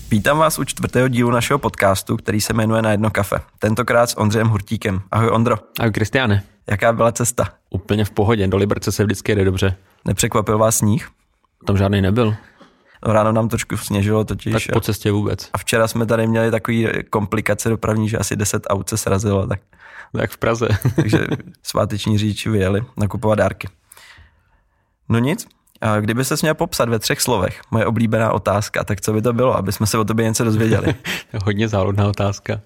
Vítám vás u 4. dílu našeho podcastu, který se jmenuje Na jedno kafe. Tentokrát s Ondřejem Hurtíkem. Ahoj Ondro. Ahoj Kristiáne. Jaká byla cesta? Úplně v pohodě, do Liberce se vždycky jede dobře. Nepřekvapil vás sníh? Tam žádný nebyl. No, ráno nám trošku sněžilo totiž. Tak po cestě vůbec. A včera jsme tady měli takový komplikace dopravní, že asi 10 aut se srazilo. Tak v Praze. Takže sváteční řidiči vyjeli nakupovat dárky. No nic, a kdyby ses měl popsat ve 3 slovech, moje oblíbená otázka, tak co by to bylo, aby jsme se o tobě něco dozvěděli? Hodně záludná otázka.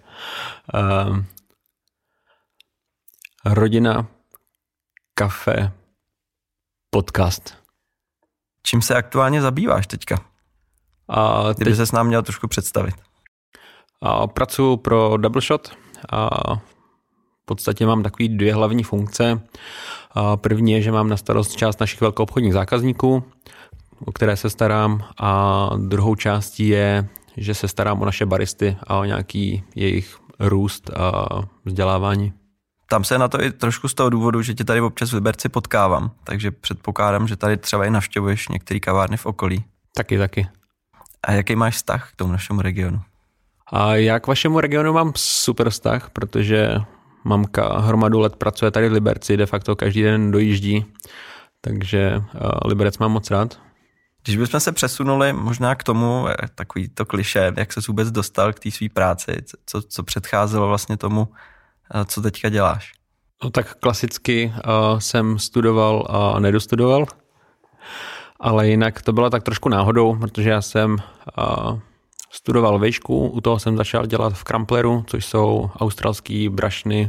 Rodina, kafe, podcast. Čím se aktuálně zabýváš teďka? Kdyby ses nám měl trošku představit. Pracuji pro Double Shot a v podstatě mám takový 2 hlavní funkce. První je, že mám na starost část našich velkoobchodních zákazníků, o které se starám, a druhou částí je, že se starám o naše baristy a o nějaký jejich růst a vzdělávání. Tam se na to i trošku z toho důvodu, že tě tady občas v Liberci potkávám, takže předpokládám, že tady třeba i navštěvuješ některé kavárny v okolí. Taky. A jaký máš vztah k tomu našemu regionu? A já k vašemu regionu mám super vztah, protože mamka hromadu let pracuje tady v Liberci, de facto každý den dojíždí, takže Liberec mám moc rád. Když bychom se přesunuli možná k tomu, takový to klišé, jak ses vůbec dostal k té své práci, co předcházelo vlastně tomu, co teďka děláš? No tak klasicky jsem studoval a nedostudoval, ale jinak to bylo tak trošku náhodou, protože já jsem studoval vejšku, u toho jsem začal dělat v Crumpleru, což jsou australský brašny.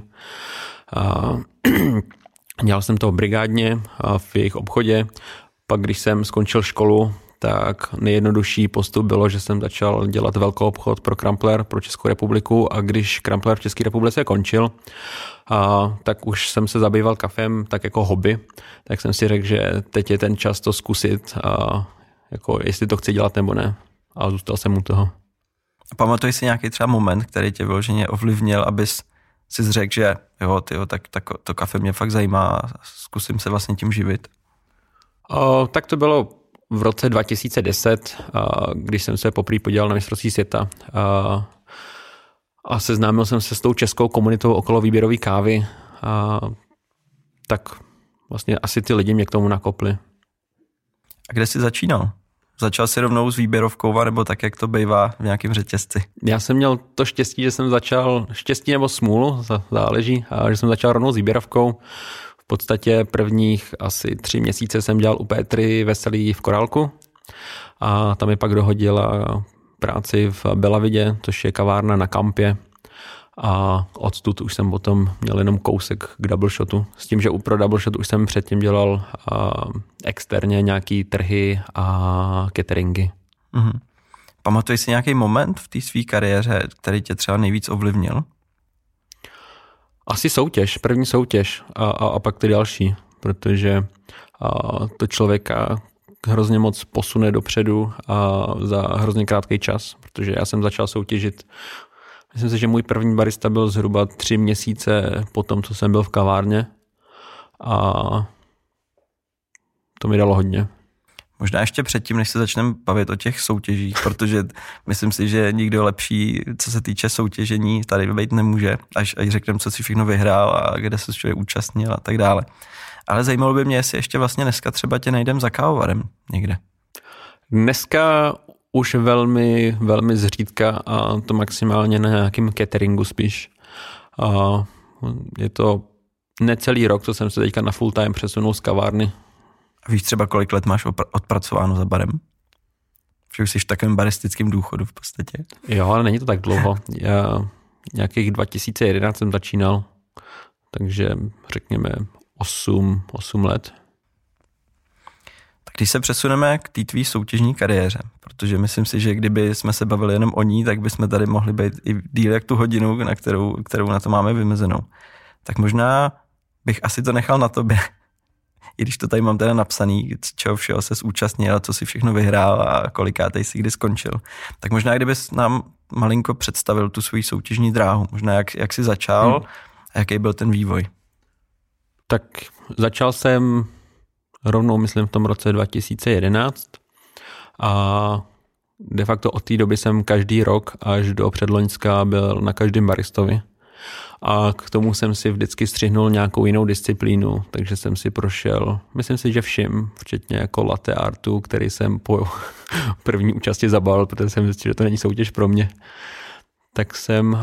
Dělal jsem to brigádně v jejich obchodě. Pak když jsem skončil školu, tak nejjednodušší postup bylo, že jsem začal dělat velkou obchod pro Crumpler, pro Českou republiku, a když Crumpler v České republice končil, tak už jsem se zabýval kafem tak jako hobby, tak jsem si řekl, že teď je ten čas to zkusit, jako jestli to chci dělat nebo ne. A zůstal jsem u toho. Pamatuješ si nějaký třeba moment, který tě vyloženě ovlivnil, abys si řekl, že jo, tak to kafe mě fakt zajímá a zkusím se vlastně tím živit? Tak to bylo v roce 2010, když jsem se poprvé podíval na mistrovství světa a seznámil jsem se s tou českou komunitou okolo výběrové kávy, tak vlastně asi ty lidi mě k tomu nakopli. A kde jsi začínal? Začal jsi rovnou s výběrovkou, nebo tak, jak to bývá v nějakém řetězci? Já jsem měl to štěstí, že jsem začal, štěstí nebo smůlu, záleží, že jsem začal rovnou s výběrovkou. V podstatě prvních asi 3 měsíce jsem dělal u Pétry Veselý v Korálku a tam mi pak dohodila práci v Belavidě, což je kavárna na Kampě, a odstud už jsem potom měl jenom kousek k Double Shotu. S tím, že pro Double Shot už jsem předtím dělal externě nějaký trhy a cateringy. Mm-hmm. Pamatuješ si nějaký moment v té své kariéře, který tě třeba nejvíc ovlivnil? Asi první soutěž a pak ty další, protože to člověka hrozně moc posune dopředu a za hrozně krátký čas, protože já jsem začal soutěžit. Myslím si, že můj první barista byl zhruba 3 měsíce po tom, co jsem byl v kavárně, a to mi dalo hodně. Možná ještě předtím, než se začneme bavit o těch soutěžích, protože myslím si, že nikdo lepší, co se týče soutěžení, tady být nemůže, až řekneme, co si všechno vyhrál a kde se člověk účastnil a tak dále. Ale zajímalo by mě, jestli ještě vlastně dneska třeba tě najdem za kávovarem někde. Dneska už velmi, velmi zřídka, a to maximálně na nějakým cateringu spíš. Je to necelý rok, co jsem se teďka na full time přesunul z kavárny. A víš třeba, kolik let máš odpracováno za barem? Že už jsi v takovém baristickém důchodu v podstatě. Jo, ale není to tak dlouho. Já nějakých 2011 jsem začínal, takže řekněme 8 let. Tak když se přesuneme k té tvý soutěžní kariéře, protože myslím si, že kdyby jsme se bavili jenom o ní, tak bychom tady mohli být i díl jak tu hodinu, na kterou na to máme vymezenou. Tak možná bych asi to nechal na tobě. I když to tady mám teda napsaný, čeho všeho se zúčastnil, co si všechno vyhrál a kolikátej si kdy skončil. Tak možná, kdybys nám malinko představil tu svou soutěžní dráhu, možná jak jsi začal a jaký byl ten vývoj. Tak začal jsem rovnou, myslím, v tom roce 2011 a de facto od té doby jsem každý rok až do předloňska byl na každém baristovi. A k tomu jsem si vždycky střihnul nějakou jinou disciplínu, takže jsem si prošel, myslím si, že všim, včetně jako latte artu, který jsem po první účasti zabal, protože jsem zjistil, že to není soutěž pro mě. Tak jsem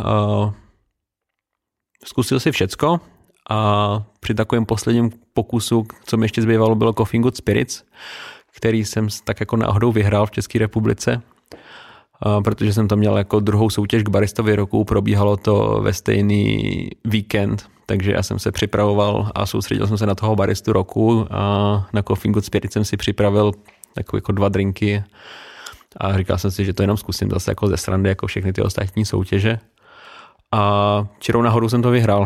zkusil si všecko a při takovém posledním pokusu, co mi ještě zbývalo, bylo Coffee Good Spirits, který jsem tak jako náhodou vyhrál v České republice, protože jsem tam měl jako druhou soutěž k baristovi roku, probíhalo to ve stejný víkend, takže já jsem se připravoval a soustředil jsem se na toho baristu roku a na Coffee Good Spirits jsem si připravil takové jako 2 drinky a říkal jsem si, že to jenom zkusím zase jako ze srandy, jako všechny ty ostatní soutěže. A čirou náhodou jsem to vyhrál.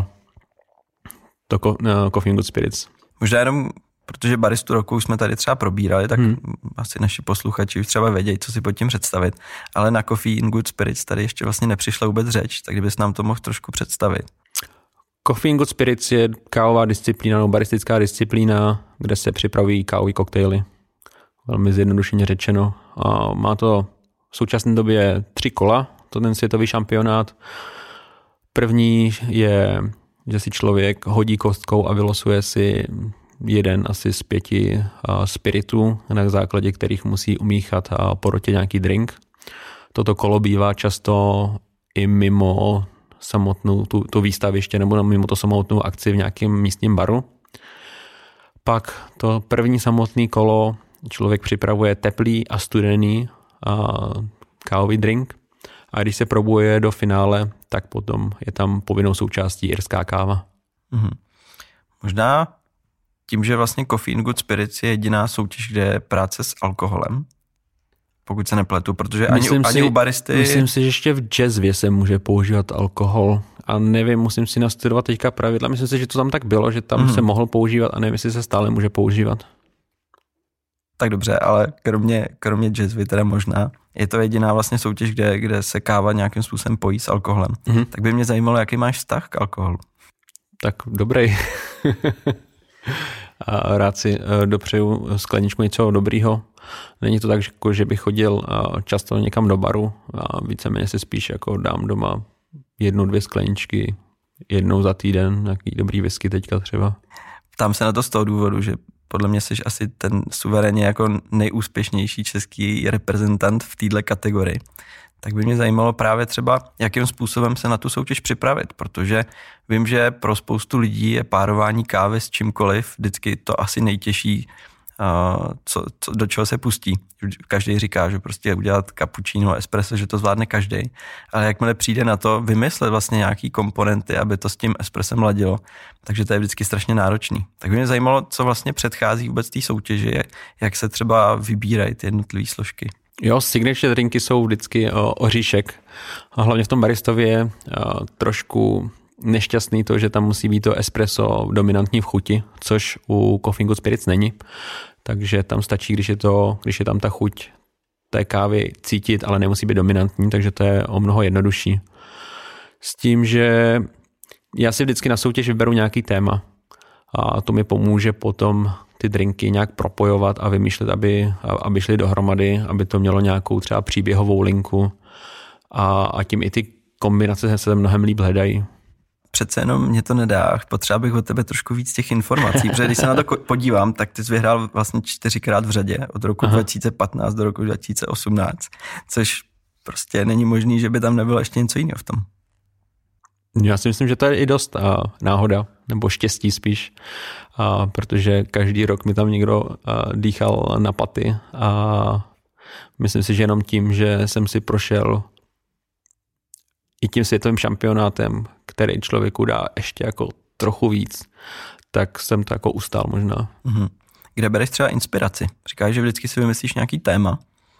To Coffee Good Spirits. Možná jenom, protože baristu roku už jsme tady třeba probírali, tak asi naši posluchači už třeba vědějí, co si pod tím představit. Ale na Coffee Good Spirits tady ještě vlastně nepřišla vůbec řeč, tak kdybys nám to mohl trošku představit. Coffee Good Spirits je kávová disciplína, nebo baristická disciplína, kde se připravují kávové koktejly. Velmi zjednodušeně řečeno. A má to v současné době 3 kola, to ten světový šampionát. První je, že si člověk hodí kostkou a vylosuje si jeden asi z 5 spiritů, na základě kterých musí umíchat a porotě nějaký drink. Toto kolo bývá často i mimo samotnou to výstaviště nebo mimo to samotnou akci v nějakém místním baru. Pak to první samotné kolo člověk připravuje teplý a studený kávový drink a když se probuje do finále, tak potom je tam povinnou součástí irská káva. Možná tím, že vlastně Coffee Good Spirits je jediná soutěž, kde je práce s alkoholem, pokud se nepletu, protože ani u baristy... Myslím si, že ještě v jazzvě se může používat alkohol a nevím, musím si nastudovat teďka pravidla. Myslím si, že to tam tak bylo, že tam se mohl používat a nevím, jestli se stále může používat. Tak dobře, ale kromě jazzvy teda možná. Je to jediná vlastně soutěž, kde se káva nějakým způsobem pojí s alkoholem. Tak by mě zajímalo, jaký máš vztah k alkoholu. Tak dobrý. A rád si dopřeju skleničku něco dobrýho. Není to tak, že bych chodil často někam do baru a víceméně si spíš jako dám doma 1-2 skleničky jednou za týden, nějaký dobrý whisky teďka třeba. Ptám se na to z toho důvodu, že podle mě jsi asi ten suverénně jako nejúspěšnější český reprezentant v této kategorii. Tak by mě zajímalo právě třeba, jakým způsobem se na tu soutěž připravit, protože vím, že pro spoustu lidí je párování kávy s čímkoliv vždycky to asi nejtěžší, do čeho se pustí. Každý říká, že prostě udělat cappuccino, espresso, že to zvládne každý, ale jakmile přijde na to vymyslet vlastně nějaký komponenty, aby to s tím espressem ladilo, takže to je vždycky strašně náročný. Tak by mě zajímalo, co vlastně předchází vůbec té soutěži, jak se třeba vybírají ty jednotlivé složky. Jo, signature drinky jsou vždycky oříšek a hlavně v tom baristově je trošku nešťastný to, že tam musí být to espresso dominantní v chuti, což u Coffee Good Spirits není. Takže tam stačí, když je tam ta chuť té kávy cítit, ale nemusí být dominantní, takže to je o mnoho jednodušší. S tím, že já si vždycky na soutěž vyberu nějaký téma a to mi pomůže potom ty drinky nějak propojovat a vymýšlet, aby šly dohromady, aby to mělo nějakou třeba příběhovou linku a tím i ty kombinace se mnohem líp hledají. Přece jenom mě to nedá, potřeba bych od tebe trošku víc těch informací, protože když se na to podívám, tak ty jsi vyhrál vlastně 4krát v řadě od roku 2015 do roku 2018, což prostě není možný, že by tam nebylo ještě něco jiného v tom. Já si myslím, že to je i dost náhoda, nebo štěstí spíš, protože každý rok mi tam někdo dýchal na paty a myslím si, že jenom tím, že jsem si prošel i tím světovým šampionátem, který člověku dá ještě jako trochu víc, tak jsem to jako ustál možná. Kde bereš třeba inspiraci? Říkáš, že vždycky si vymyslíš nějaký téma?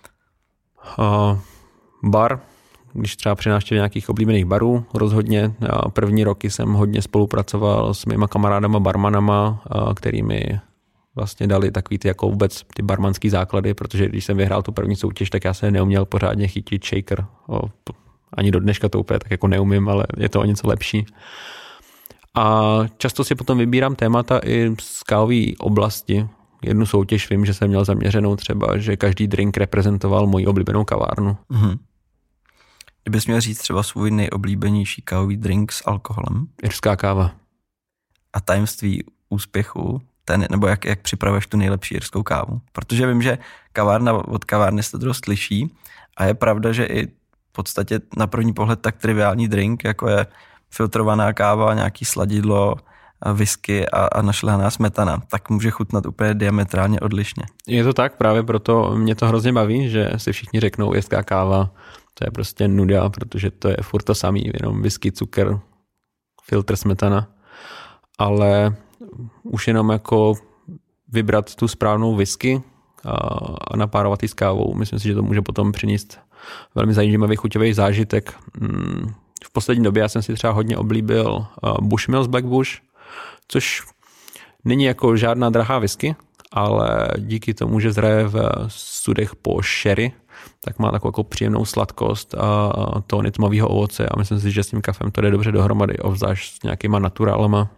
Bar, když třeba při návštěvě nějakých oblíbených barů, rozhodně. První roky jsem hodně spolupracoval s mýma kamarádama barmanama, který mi vlastně dali takový ty jako vůbec ty barmanský základy, protože když jsem vyhrál tu první soutěž, tak já se neuměl pořádně chytit shaker. Ani do dneška to úplně tak jako neumím, ale je to o něco lepší. A často si potom vybírám témata i z kávové oblasti. jednu soutěž vím, že jsem měl zaměřenou třeba, že každý drink reprezentoval moji oblíbenou kavárnu. Mm-hmm. Kdybys měl říct třeba svůj nejoblíbenější kávový drink s alkoholem? Irská káva. A tajemství úspěchu, nebo jak připravuješ tu nejlepší irskou kávu? Protože vím, že kavárna od kavárny se to dost liší a je pravda, že i v podstatě na první pohled tak triviální drink, jako je filtrovaná káva, nějaký sladidlo, whisky a našlehaná smetana, tak může chutnat úplně diametrálně odlišně. Je to tak, právě proto mě to hrozně baví, že si všichni řeknou irská káva, to je prostě nuda, protože to je furt to samý, jenom whisky, cukr, filtr, smetana, ale už jenom jako vybrat tu správnou whisky a napárovat ji s kávou. Myslím si, že to může potom přinést velmi zajímavý chuťový zážitek. V poslední době já jsem si třeba hodně oblíbil Bushmills Black Bush, což není jako žádná drahá whisky, ale díky tomu, že zraje v sudech po sherry, tak má takovou jako příjemnou sladkost a tóny tmavého ovoce a myslím si, že s tím kafem to jde dobře dohromady, obzvlášť s nějakýma naturálama.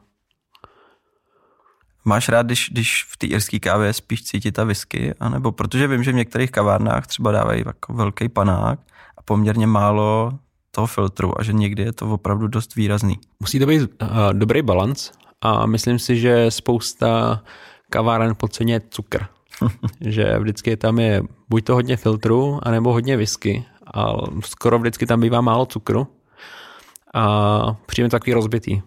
Máš rád, když v té irské kávě spíš cítit ta whisky, anebo protože vím, že v některých kavárnách třeba dávají jako velký panák a poměrně málo toho filtru a že někdy je to opravdu dost výrazný. Musí to být dobrý balanc a myslím si, že spousta kaváren podceňuje cukr. Že vždycky tam je buď to hodně filtru, anebo hodně whisky a skoro vždycky tam bývá málo cukru a přijme takový rozbitý.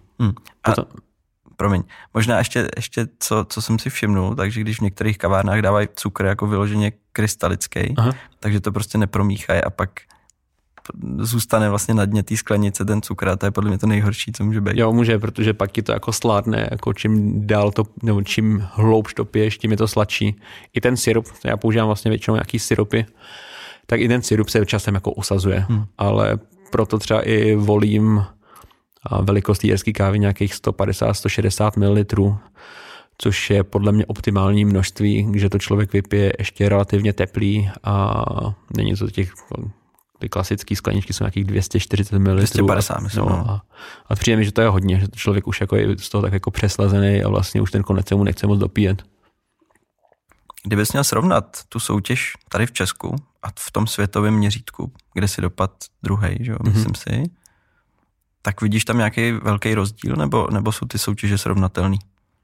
Promiň, možná ještě co jsem si všimnul, takže když v některých kavárnách dávají cukr jako vyloženě krystalický, takže to prostě nepromíchají a pak zůstane vlastně na dně té sklenice ten cukr a to je podle mě to nejhorší, co může být. Jo, může, protože pak ti to jako sládne, jako čím dál to, nebo čím hloubš to piješ, tím je to sladší. I ten sirup, já používám vlastně většinou nějaký sirupy, tak i ten sirup se časem jako usazuje, ale proto třeba i volím velikost jirské kávy nějakých 150-160 ml, což je podle mě optimální množství, že to člověk vypije ještě relativně teplý a není to ty klasické skleničky jsou nějakých 240 ml. 250, myslím. A přijde mi, že to je hodně, že to člověk už jako je z toho tak jako přeslazený a vlastně už ten konec se mu nechce moc dopíjet. Kdybys měl srovnat tu soutěž tady v Česku a v tom světovém měřítku, kde si dopad druhej, že jo, myslím si, tak vidíš tam nějaký velký rozdíl, nebo jsou ty soutěže srovnatelný?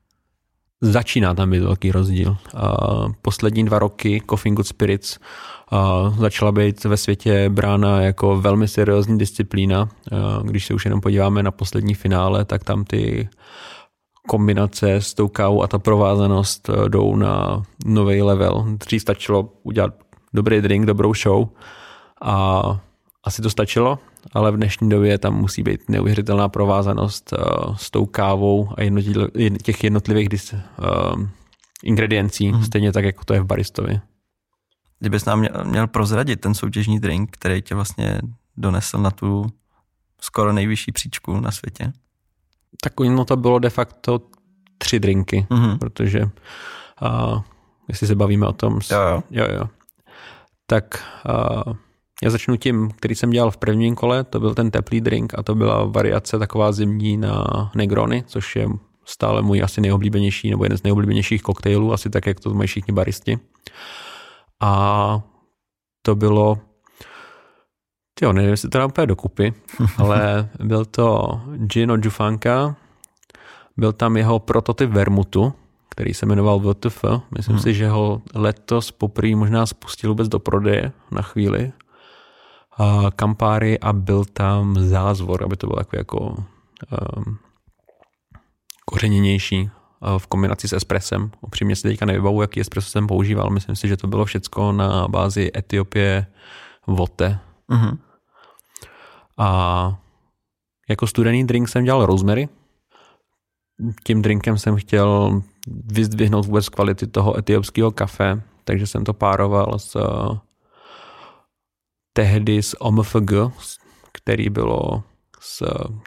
Začíná tam být velký rozdíl. Poslední 2 roky Coffee Good Spirits začala být ve světě brána jako velmi seriózní disciplína. Když se už jenom podíváme na poslední finále, tak tam ty kombinace s tou kávou a ta provázanost jdou na nový level. Dřív stačilo udělat dobrý drink, dobrou show a asi to stačilo, ale v dnešní době tam musí být neuvěřitelná provázanost s tou kávou a těch jednotlivých ingrediencí, stejně tak, jako to je v baristovi. Kdybys nám měl prozradit ten soutěžní drink, který tě vlastně donesl na tu skoro nejvyšší příčku na světě? Tak ono to bylo de facto 3 drinky, protože jestli se bavíme o tom... Jo. Tak... Já začnu tím, který jsem dělal v prvním kole, to byl ten teplý drink a to byla variace taková zimní na Negrony, což je stále můj asi nejoblíbenější nebo jeden z nejoblíbenějších koktejlů, asi tak, jak to mají všichni baristi. A to bylo, nevím, jestli to dá úplně dokupy, ale byl to gin od Jufanka, byl tam jeho prototyp vermutu, který se jmenoval WTF. Myslím si, že ho letos poprvé možná spustil vůbec do prodeje na chvíli. Campari a byl tam zázvor, aby to bylo jako kořeněnější v kombinaci s espressem. Upřímně si teďka nevybavu, jaký espresso jsem používal. Myslím si, že to bylo všecko na bázi Etiopie vote. A jako studený drink jsem dělal rosemary. Tím drinkem jsem chtěl vyzdvihnout vůbec kvality toho etiopského kafe, takže jsem to pároval tehdy s OMFG, který bylo s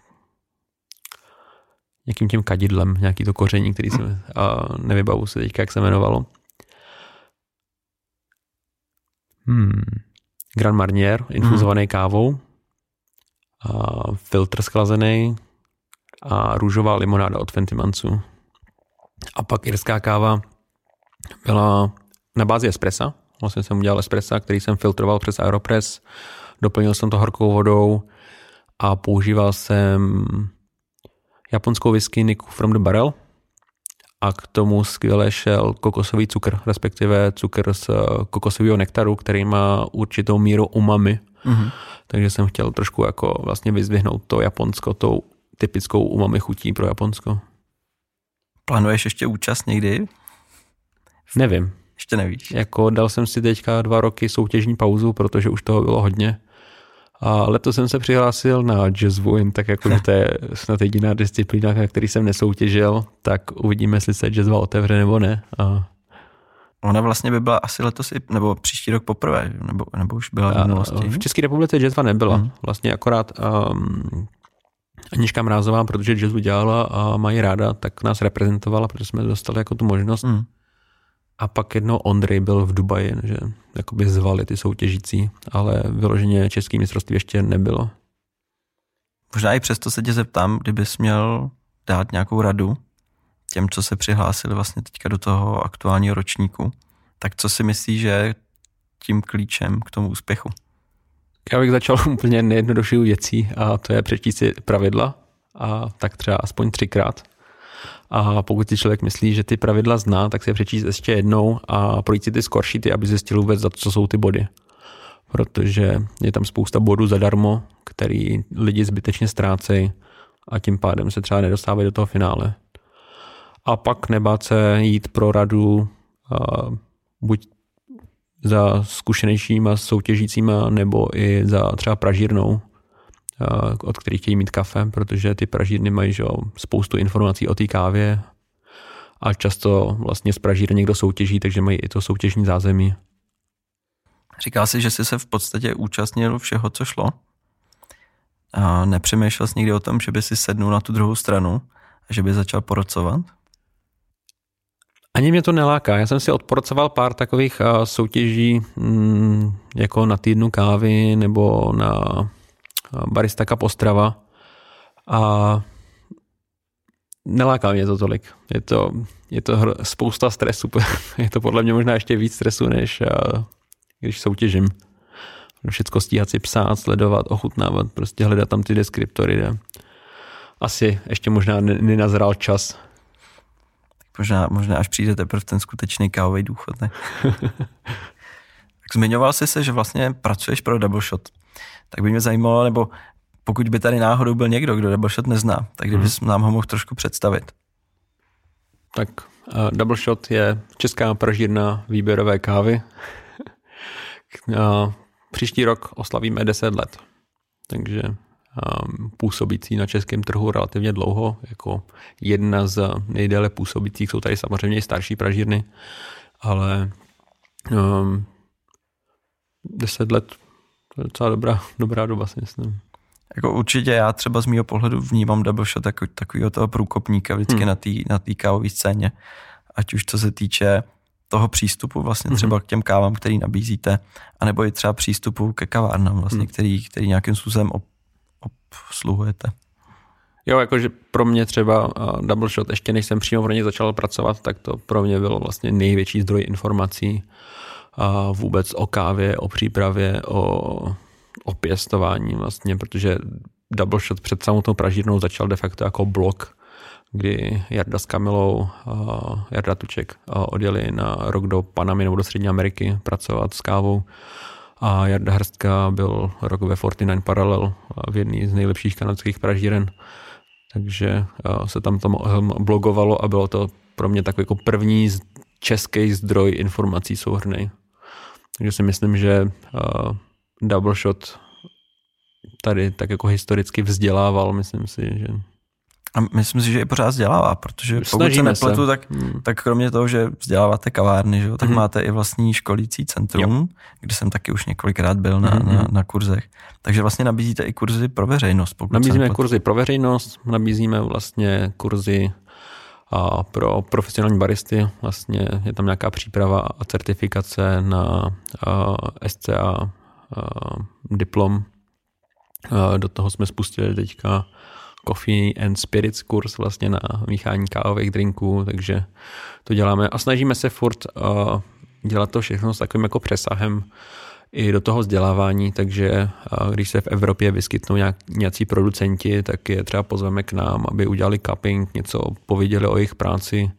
nějakým tím kadidlem, nějaký to koření, který jsem, nevybavu se teďka, jak se jmenovalo. Grand Marnier, infuzovaný kávou, filtr schlazený a růžová limonáda od Fentimansu. A pak irská káva byla na bázi espressa. Vlastně jsem udělal espressa, který jsem filtroval přes Aeropress, doplnil jsem to horkou vodou a používal jsem japonskou whisky Niku from the Barrel a k tomu skvěle šel kokosový cukr, respektive cukr z kokosového nektaru, který má určitou míru umami. Mm-hmm. Takže jsem chtěl trošku jako vlastně vyzdvihnout to Japonsko, tou typickou umami chutí pro Japonsko. Plánuješ ještě účast někdy? Nevím. Ještě nevíš. Jako dal jsem si teďka 2 roky soutěžní pauzu, protože už toho bylo hodně. A letos jsem se přihlásil na Jazz Win, tak jako to je snad jediná disciplína, na který jsem nesoutěžil, tak uvidíme, jestli se Jazz otevře nebo ne. Ona vlastně by byla asi letos nebo příští rok poprvé, nebo už byla v minulosti. V České republice Jazz nebyla. Vlastně akorát Anička Mrázová, protože Jazz dělala a mají ráda, tak nás reprezentovala, protože jsme dostali jako tu možnost. A pak jednou Ondrej byl v Dubaji, že jakoby zvali ty soutěžící, ale vyloženě český mistrovství ještě nebylo. Možná i přesto se tě zeptám, kdybys měl dát nějakou radu těm, co se přihlásili vlastně teďka do toho aktuálního ročníku, tak co si myslíš, že je tím klíčem k tomu úspěchu? Já bych začal úplně nejjednodušší věcí a to je přečíst si pravidla a tak třeba aspoň 3krát. A pokud si člověk myslí, že ty pravidla zná, tak si je přečíst ještě jednou a projít si ty score sheety, aby zjistil vůbec, za co jsou ty body. Protože je tam spousta bodů zadarmo, který lidi zbytečně ztrácejí a tím pádem se třeba nedostávají do toho finále. A pak nebát se jít pro radu buď za zkušenějšíma soutěžícíma, nebo i za třeba pražírnou, od kterých chtějí mít kafe, protože ty pražírny mají spoustu informací o té kávě a často vlastně z pražírny někdo soutěží, takže mají i to soutěžní zázemí. Říkal jsi, že jsi se v podstatě účastnil všeho, co šlo? A nepřemýšlel jsi někdy o tom, že by si sednul na tu druhou stranu a že by začal porocovat? Ani mě to neláká. Já jsem si odporocoval pár takových soutěží jako na týdnu kávy nebo na Barista Cup Ostrava a neláká mě to tolik. Je to spousta stresu. Je to podle mě možná ještě víc stresu, než když soutěžím. Všecko stíhat si psát, sledovat, ochutnávat, prostě hledat tam ty deskriptory. Asi ještě možná nenazral čas. Možná až přijde teprve ten skutečný kávový důchod, ne? Tak zmiňoval jsi se, že vlastně pracuješ pro Double Shot. Tak by mě zajímalo, nebo pokud by tady náhodou byl někdo, kdo Double Shot nezná, tak kdybys nám ho mohl trošku představit. Tak Double Shot je česká pražírna výběrové kávy. Příští rok oslavíme 10 let. Takže působící na českém trhu relativně dlouho, jako jedna z nejdéle působících, jsou tady samozřejmě i starší pražírny, ale 10 let to je docela dobrá doba, si myslím. Jako určitě já třeba z mýho pohledu vnímám Double Shot jako takového toho průkopníka vždycky na té kávové scéně, ať už co se týče toho přístupu vlastně třeba k těm kávám, který nabízíte, anebo i třeba přístupu ke kavárnám vlastně, který nějakým způsobem obsluhujete. Jo, jakože pro mě třeba Double Shot, ještě než jsem přímo pro ně začal pracovat, tak to pro mě bylo vlastně největší zdroj informací a vůbec o kávě, o přípravě, o pěstování vlastně, protože Double Shot před samotnou pražírnou začal de facto jako blog, kdy Jarda s Kamilou, Jarda Tuček odjeli na rok do Panamy nebo do Střední Ameriky pracovat s kávou. A Jarda Hrstka byl rok ve 49 Parallel v jedné z nejlepších kanadských pražíren. Takže se tam blogovalo a bylo to pro mě takový jako první český zdroj informací souhrnnej. Takže si myslím, že Double Shot tady tak jako historicky vzdělával, myslím si, že... A myslím si, že i pořád vzdělává, protože pokud se nepletu, tak kromě toho, že vzděláváte kavárny, že, tak máte i vlastní školící centrum, kde jsem taky už několikrát byl na kurzech. Takže vlastně nabízíte i kurzy pro veřejnost. Nabízíme kurzy pro veřejnost, nabízíme vlastně kurzy pro profesionální baristy. Vlastně je tam nějaká příprava a certifikace na SCA diplom. Do toho jsme spustili teďka Coffee and Spirits kurz vlastně na míchání kávových drinků, takže to děláme a snažíme se furt dělat to všechno s takovým jako přesahem i do toho vzdělávání, takže když se v Evropě vyskytnou nějací producenti, tak je třeba pozveme k nám, aby udělali cupping, něco pověděli o jejich práci.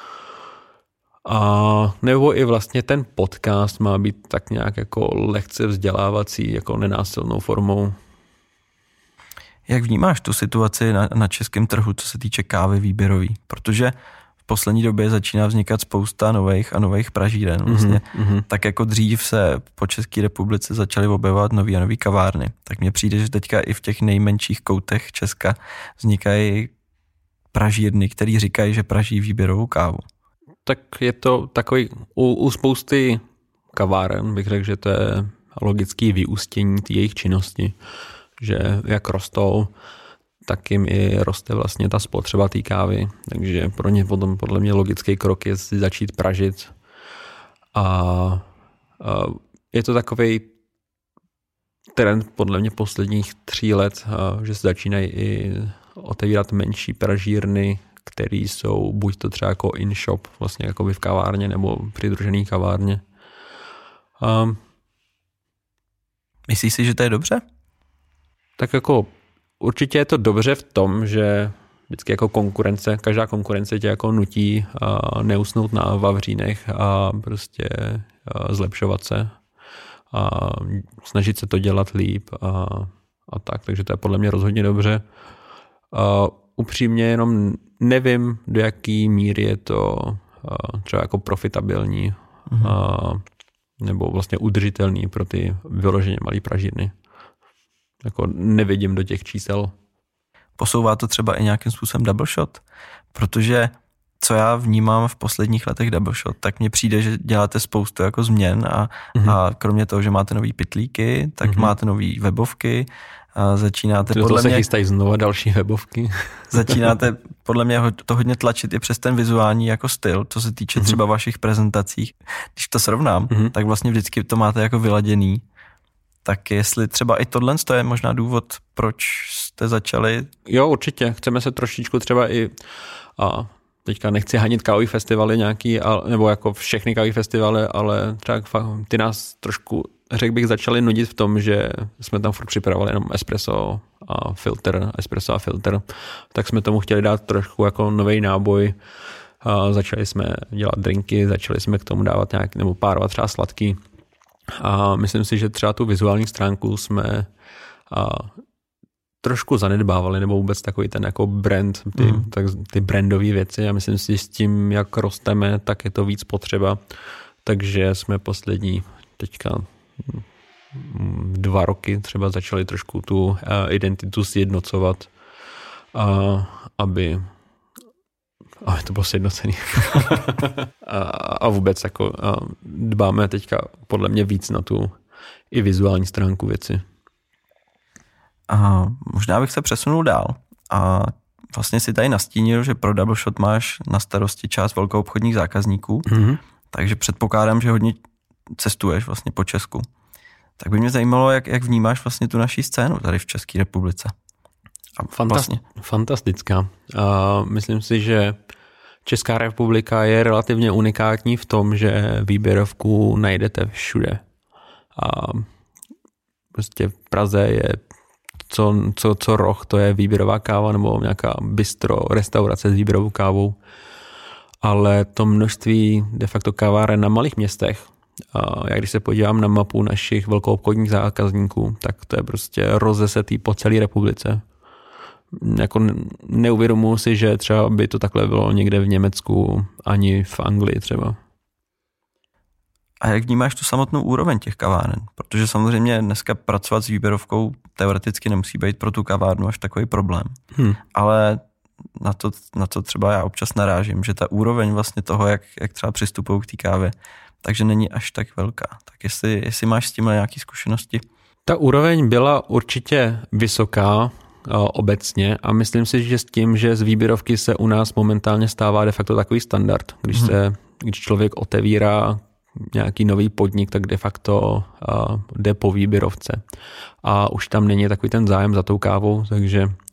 A nebo i vlastně ten podcast má být tak nějak jako lehce vzdělávací, jako nenásilnou formou. Jak vnímáš tu situaci na českém trhu, co se týče kávy výběrový? Protože v poslední době začíná vznikat spousta nových pražíren. Vlastně. Tak jako dřív se po České republice začaly objevovat nový a nový kavárny. Tak mně přijde, že teďka i v těch nejmenších koutech Česka vznikají pražírny, který říkají, že praží výběrovou kávu. Tak je to takový, u spousty kaváren bych řekl, že to je logický vyústění té jejich činnosti, že jak rostou, tak jim i roste vlastně ta spotřeba té kávy, takže pro ně potom podle mě logický krok je si začít pražit a je to takovej trend podle mě posledních 3 let, že se začínají i otevírat menší pražírny, které jsou buď to třeba jako in-shop, vlastně jako v kavárně nebo přidružený kavárně. Myslíš si, že to je dobře? Tak jako určitě je to dobře v tom, že vždycky jako konkurence, každá konkurence tě jako nutí neusnout na vavřínech a prostě zlepšovat se a snažit se to dělat líp a tak, takže to je podle mě rozhodně dobře. Upřímně jenom nevím, do jaký míry je to třeba jako profitabilní nebo vlastně udržitelný pro ty vyloženě malý pražírny. Jako nevidím do těch čísel. Posouvá to třeba i nějakým způsobem double shot? Protože co já vnímám v posledních letech double shot, tak mně přijde, že děláte spoustu jako změn a kromě toho, že máte nový pytlíky, tak máte nový webovky a začínáte podle mě... chystají znova další webovky. Začínáte podle mě to hodně tlačit i přes ten vizuální jako styl, co se týče třeba vašich prezentacích. Když to srovnám, tak vlastně vždycky to máte jako vyladěný. Tak jestli třeba i tohle je možná důvod, proč jste začali? Jo, určitě. Chceme se trošičku třeba i, teďka nechci hanit kávový festivaly nějaký, nebo jako všechny kávový festivaly, ale třeba ty nás trošku, řekl bych, začali nudit v tom, že jsme tam furt připravovali jenom espresso a filtr, tak jsme tomu chtěli dát trošku jako nový náboj. Začali jsme dělat drinky, začali jsme k tomu dávat nějaký, nebo párovat třeba sladký. A myslím si, že třeba tu vizuální stránku jsme trošku zanedbávali, nebo vůbec takový ten jako brand, ty brandové věci a myslím si, že s tím, jak rosteme, tak je to víc potřeba. Takže jsme poslední teďka 2 roky třeba začali trošku tu identitu sjednocovat, aby to bylo sjednocený. a vůbec jako dbáme teďka podle mě víc na tu i vizuální stránku věci. A možná bych se přesunul dál. A vlastně si tady nastínil, že pro Double Shot máš na starosti část velkoobchodních zákazníků, takže předpokládám, že hodně cestuješ vlastně po Česku. Tak by mě zajímalo, jak vnímáš vlastně tu naší scénu tady v České republice. Fantastická. Myslím si, že Česká republika je relativně unikátní v tom, že výběrovku najdete všude. A prostě v Praze je co roh, to je výběrová káva nebo nějaká bistro, restaurace s výběrovou kávou. Ale to množství de facto kaváren na malých městech, já když se podívám na mapu našich velkoobchodních zákazníků, tak to je prostě rozesetý po celé republice. Jako neuvědomuji si, že třeba by to takhle bylo někde v Německu, ani v Anglii třeba. A jak vnímáš tu samotnou úroveň těch kaváren? Protože samozřejmě dneska pracovat s výběrovkou teoreticky nemusí být pro tu kavárnu až takový problém. Ale na to třeba já občas narážím, že ta úroveň vlastně toho, jak třeba přistupují k té kávě, takže není až tak velká. Tak jestli máš s tímhle nějaké zkušenosti? Ta úroveň byla určitě vysoká obecně a myslím si, že s tím, že z výběrovky se u nás momentálně stává de facto takový standard. Když člověk otevírá nějaký nový podnik, tak de facto jde po výběrovce. A už tam není takový ten zájem za tou kávou, takže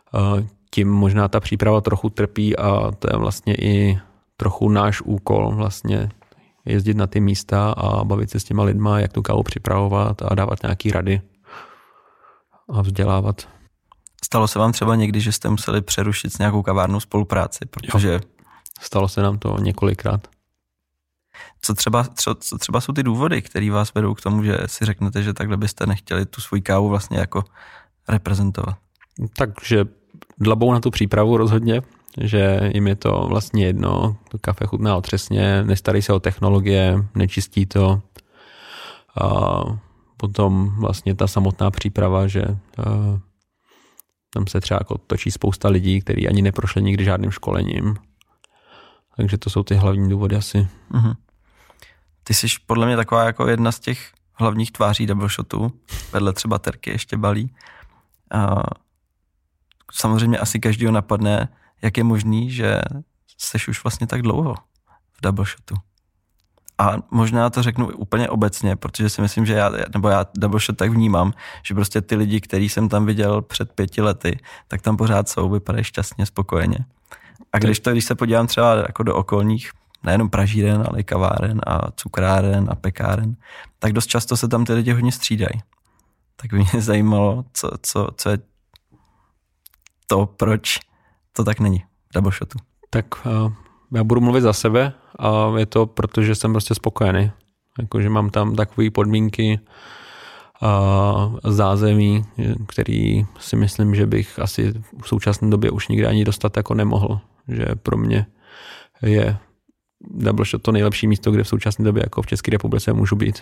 Tím možná ta příprava trochu trpí a to je vlastně i trochu náš úkol vlastně jezdit na ty místa a bavit se s těma lidma, jak tu kávu připravovat a dávat nějaký rady a vzdělávat. Stalo se vám třeba někdy, že jste museli přerušit s nějakou kavárnou spolupráci, protože... Jo. Stalo se nám to několikrát. Co třeba jsou ty důvody, které vás vedou k tomu, že si řeknete, že takhle byste nechtěli tu svoji kávu vlastně jako reprezentovat? Takže dlabou na tu přípravu rozhodně, že jim je to vlastně jedno, to kafe chutná otřesně, nestarí se o technologie, nečistí to. A potom vlastně ta samotná příprava, že tam se třeba jako točí spousta lidí, kteří ani neprošli nikdy žádným školením. Takže to jsou ty hlavní důvody asi. Mm-hmm. Ty jsi podle mě taková jako jedna z těch hlavních tváří double shotů, vedle třeba Terky ještě balí. A samozřejmě asi každýho napadne, jak je možný, že seš už vlastně tak dlouho v double shotu. A možná to řeknu úplně obecně, protože si myslím, že já double shot tak vnímám, že prostě ty lidi, který jsem tam viděl před 5 lety, tak tam pořád jsou, vypadají šťastně, spokojeně. A když se podívám třeba jako do okolních, nejenom pražíren, ale i kaváren a cukráren a pekáren, tak dost často se tam ty lidi hodně střídají. Tak by mě zajímalo, co je to, proč to tak není v double shotu. Tak já budu mluvit za sebe a je to proto, že jsem prostě spokojený. Jakože mám tam takové podmínky a zázemí, který si myslím, že bych asi v současné době už nikdy ani dostat jako nemohl. Že pro mě je double shot to nejlepší místo, kde v současné době jako v České republice můžu být.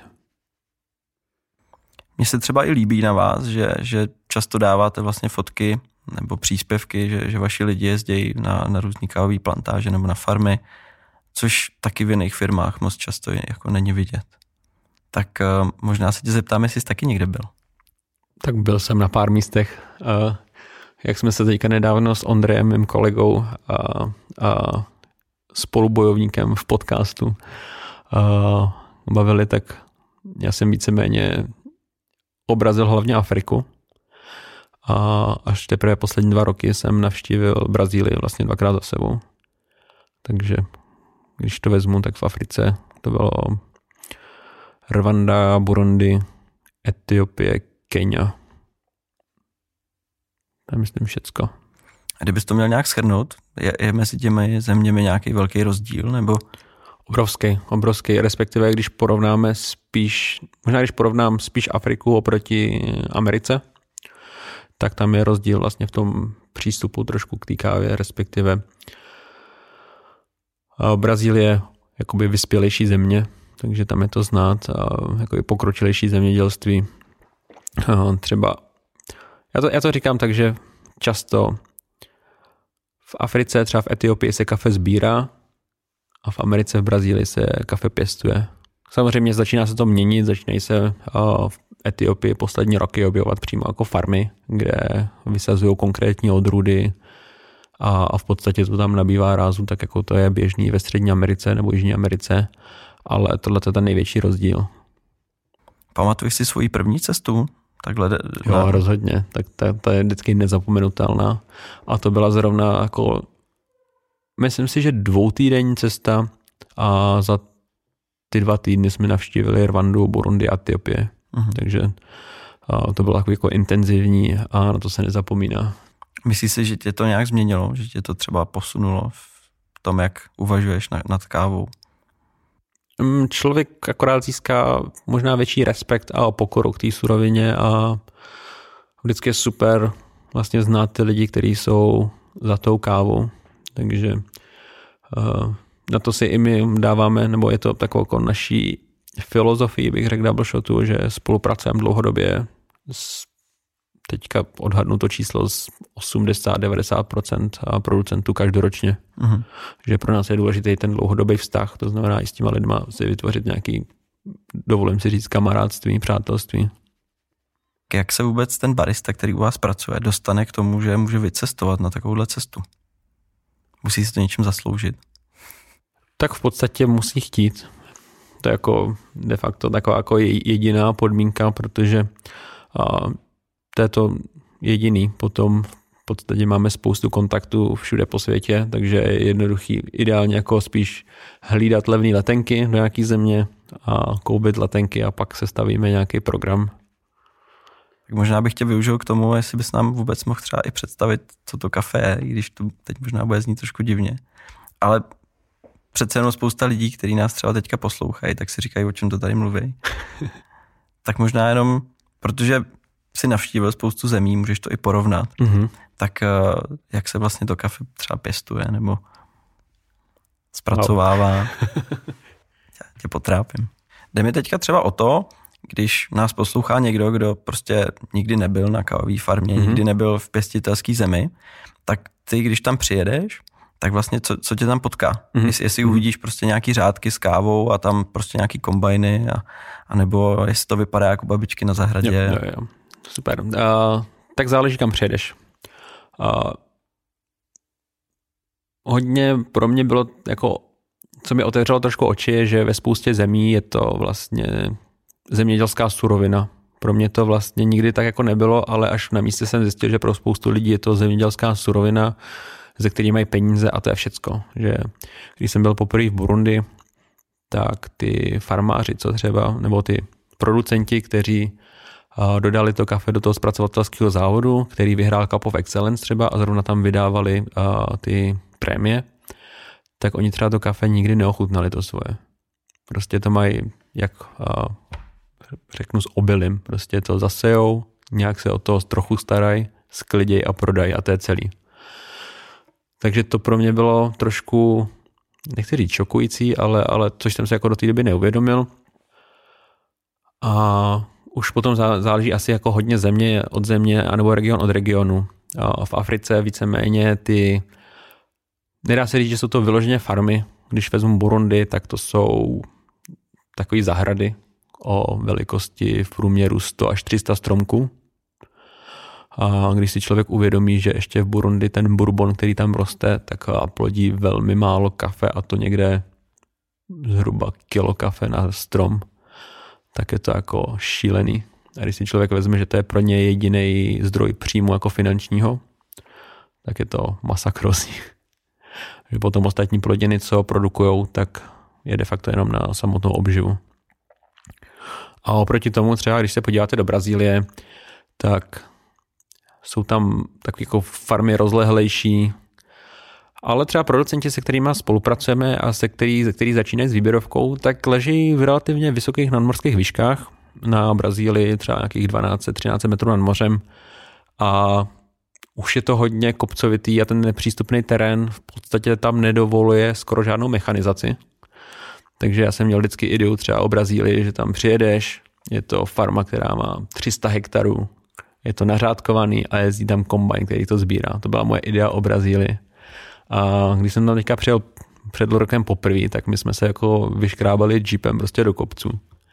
Mně se třeba i líbí na vás, že často dáváte vlastně fotky nebo příspěvky, že vaši lidi jezdí na různý kávové plantáže nebo na farmy, což taky v jiných firmách moc často jako není vidět. Tak možná se tě zeptám, jestli jsi taky někde byl. Tak byl jsem na pár místech. Jak jsme se teďka nedávno s Ondrejem, mým kolegou a spolubojovníkem v podcastu bavili, tak já jsem víceméně obrazil hlavně Afriku. A až teprve poslední 2 roky jsem navštívil Brazílii vlastně 2krát za sebou. Takže když to vezmu, tak v Africe to bylo Rwanda, Burundi, Etiopie, Kenia. To je myslím všecko. A kdybys to měl nějak shrnout, je mezi těmi zeměmi nějaký velký rozdíl, nebo? Obrovský, respektive když porovnám spíš Afriku oproti Americe, tak tam je rozdíl vlastně v tom přístupu trošku k té kávě, respektive Brazílie jakoby vyspělejší země, takže tam je to znát, jakoby pokročilejší zemědělství. Třeba, já to říkám tak, že často v Africe, třeba v Etiopii se kafe sbírá a v Americe, v Brazílii se kafe pěstuje. Samozřejmě začíná se to měnit, začínají se v Etiopii poslední roky objevovat přímo jako farmy, kde vysazují konkrétní odrůdy a v podstatě to tam nabývá rázu, tak jako to je běžný ve Střední Americe nebo Jižní Americe, ale tohle je ten největší rozdíl. Pamatuješ si svoji první cestu? Takhle, jo, rozhodně. Tak ta je vždycky nezapomenutelná. A to byla zrovna jako, myslím si, že 2týdenní cesta a za ty 2 týdny jsme navštívili Rwandu, Burundi a Etiopii. Takže to bylo takový jako intenzivní a na to se nezapomíná. Myslíš si, že tě to nějak změnilo? Že tě to třeba posunulo v tom, jak uvažuješ nad kávou? Člověk akorát získá možná větší respekt a pokoru k té surovině a vždycky je super vlastně znát ty lidi, kteří jsou za tou kávou. Takže na to si i my dáváme, nebo je to takovou jako naší filozofii, bych řekl double shotu, že spolupracujeme dlouhodobě. Teďka odhadnu to číslo z 80-90% producentů každoročně. Že pro nás je důležitý ten dlouhodobý vztah, to znamená i s těma lidma si vytvořit nějaký, dovolím si říct, kamarádství, přátelství. Jak se vůbec ten barista, který u vás pracuje, dostane k tomu, že může vycestovat na takovouhle cestu? Musí si to něčím zasloužit? Tak v podstatě musí chtít. To je jako de facto taková jako jediná podmínka, protože to je to jediný. Potom podstatě máme spoustu kontaktů všude po světě, takže je jednoduchý, ideálně jako spíš hlídat levné letenky do nějaký země a koupit letenky a pak sestavíme nějaký program. Tak možná bych tě využil k tomu, jestli bys nám vůbec mohl třeba i představit, co to kafe je, i když to teď možná bude znít trošku divně. Ale přece jenom spousta lidí, kteří nás třeba teďka poslouchají, tak si říkají, o čem to tady mluví. Tak možná jenom, protože si navštívil spoustu zemí, můžeš to i porovnat. Tak jak se vlastně to kafe třeba pěstuje nebo zpracovává? Tě potrápím. Jde mi teďka třeba o to, když nás poslouchá někdo, kdo prostě nikdy nebyl na kávové farmě, nikdy nebyl v pěstitelské zemi, tak ty, když tam přijedeš, tak vlastně co tě tam potká? Jestli uvidíš prostě nějaký řádky s kávou a tam prostě nějaký kombajny a nebo jestli to vypadá jako babičky na zahradě. Jo. Super. Tak záleží, kam přijedeš. Hodně pro mě bylo jako, co mi otevřelo trošku oči, je, že ve spoustě zemí je to vlastně zemědělská surovina. Pro mě to vlastně nikdy tak jako nebylo, ale až na místě jsem zjistil, že pro spoustu lidí je to zemědělská surovina, ze který mají peníze a to je všecko. Že když jsem byl poprvé v Burundi, tak ty farmáři, co třeba, nebo ty producenti, kteří dodali to kafe do toho zpracovatelského závodu, který vyhrál Cup of Excellence třeba a zrovna tam vydávali ty prémie, tak oni třeba to kafe nikdy neochutnali to svoje. Prostě to mají, jak řeknu, s obilím. Prostě to zasejou, nějak se o to trochu starají, skliděj a prodají a to je celý. Takže to pro mě bylo trošku, nechci říct šokující, ale což jsem se jako do té doby neuvědomil. A už potom záleží asi jako hodně země od země, anebo region od regionu. A v Africe víceméně nedá se říct, že jsou to vyloženě farmy. Když vezmu Burundi, tak to jsou takové zahrady o velikosti v průměru 100 až 300 stromků. A když si člověk uvědomí, že ještě v Burundi ten bourbon, který tam roste, tak plodí velmi málo kafe a to někde zhruba kilo kafe na strom, tak je to jako šílený. A když si člověk vezme, že to je pro ně jediný zdroj příjmu jako finančního, tak je to masakrózní. Že potom ostatní plodiny, co produkujou, tak je de facto jenom na samotnou obživu. A oproti tomu třeba, když se podíváte do Brazílie, tak jsou tam takové jako farmy rozlehlejší, ale třeba producenti, se kterými spolupracujeme a se který začínají s výběrovkou, tak leží v relativně vysokých nadmořských výškách. Na Brazílii třeba nějakých 12-13 metrů nad mořem a už je to hodně kopcovitý a ten nepřístupný terén v podstatě tam nedovoluje skoro žádnou mechanizaci. Takže já jsem měl vždycky ideu třeba o Brazílii, že tam přijedeš, je to farma, která má 300 hektarů, je to nařádkovaný a jezdí tam kombajn, který to sbírá. To byla moje idea o Brazílii. A když jsem tam teďka přijel před rokem poprvé, tak my jsme se jako vyškrábali jeepem prostě do kopců.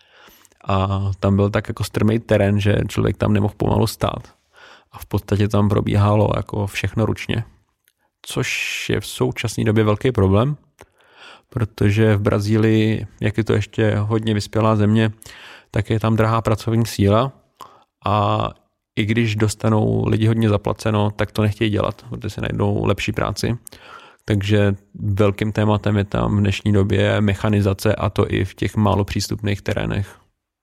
A tam byl tak jako strmý terén, že člověk tam nemohl pomalu stát. A v podstatě tam probíhalo jako všechno ručně. Což je v současné době velký problém, protože v Brazílii, jak je to ještě hodně vyspělá země, tak je tam drahá pracovní síla a i když dostanou lidi hodně zaplaceno, tak to nechtějí dělat, protože si najdou lepší práci. Takže velkým tématem je tam v dnešní době mechanizace a to i v těch málo přístupných terénech.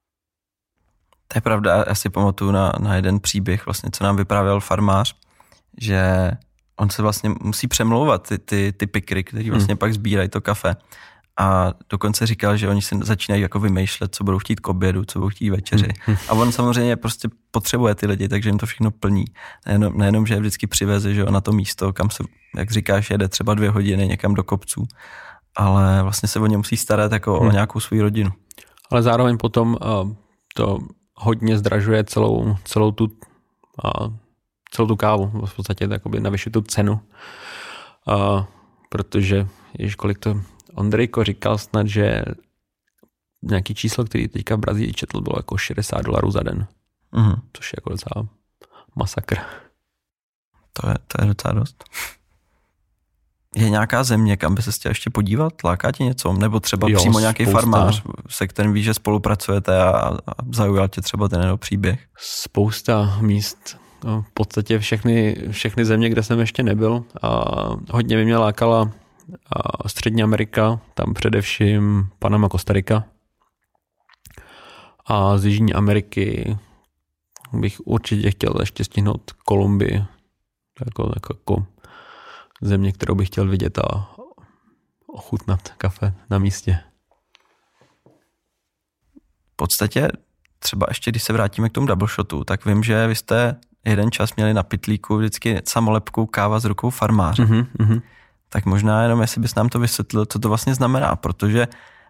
To je pravda, já si pamatuju na jeden příběh, vlastně, co nám vyprávěl farmář, že on se vlastně musí přemlouvat ty pikry, kteří vlastně pak sbírají to kafe. A dokonce říkal, že oni si začínají jako vymýšlet, co budou chtít k obědu, co budou chtít večeři. A on samozřejmě prostě potřebuje ty lidi, takže jim to všechno plní. Nejenom že je vždycky přiveze, že na to místo, kam se, jak říkáš, jede třeba 2 hodiny někam do kopců, ale vlastně se o ně musí starat jako o nějakou svou rodinu. Ale zároveň potom to hodně zdražuje celou tu kávu. V podstatě takoby navyšuje tu cenu. Protože, kolik to Ondrejko říkal snad, že nějaký číslo, který teďka v Brazílii četl, bylo jako $60 za den. Což je jako docela masakr. To je docela dost. Je nějaká země, kam by se chtěl ještě podívat? Láká tě něco? Nebo třeba přímo nějaký farmář, se kterým víš, že spolupracujete a zaujal tě třeba ten příběh? Spousta míst. v podstatě všechny země, kde jsem ještě nebyl. A hodně by mě lákala Střední Amerika, tam především Panama, Kostarika. A z Jižní Ameriky bych určitě chtěl ještě stihnout Kolumbii, jako země, kterou bych chtěl vidět a ochutnat kafe na místě. V podstatě třeba ještě, když se vrátíme k tomu double shotu, tak vím, že vy jste jeden čas měli na pytlíku vždycky samolepku káva s rukou farmáře. Mm-hmm. Tak možná jenom, jestli bys nám to vysvětlil, co to vlastně znamená, protože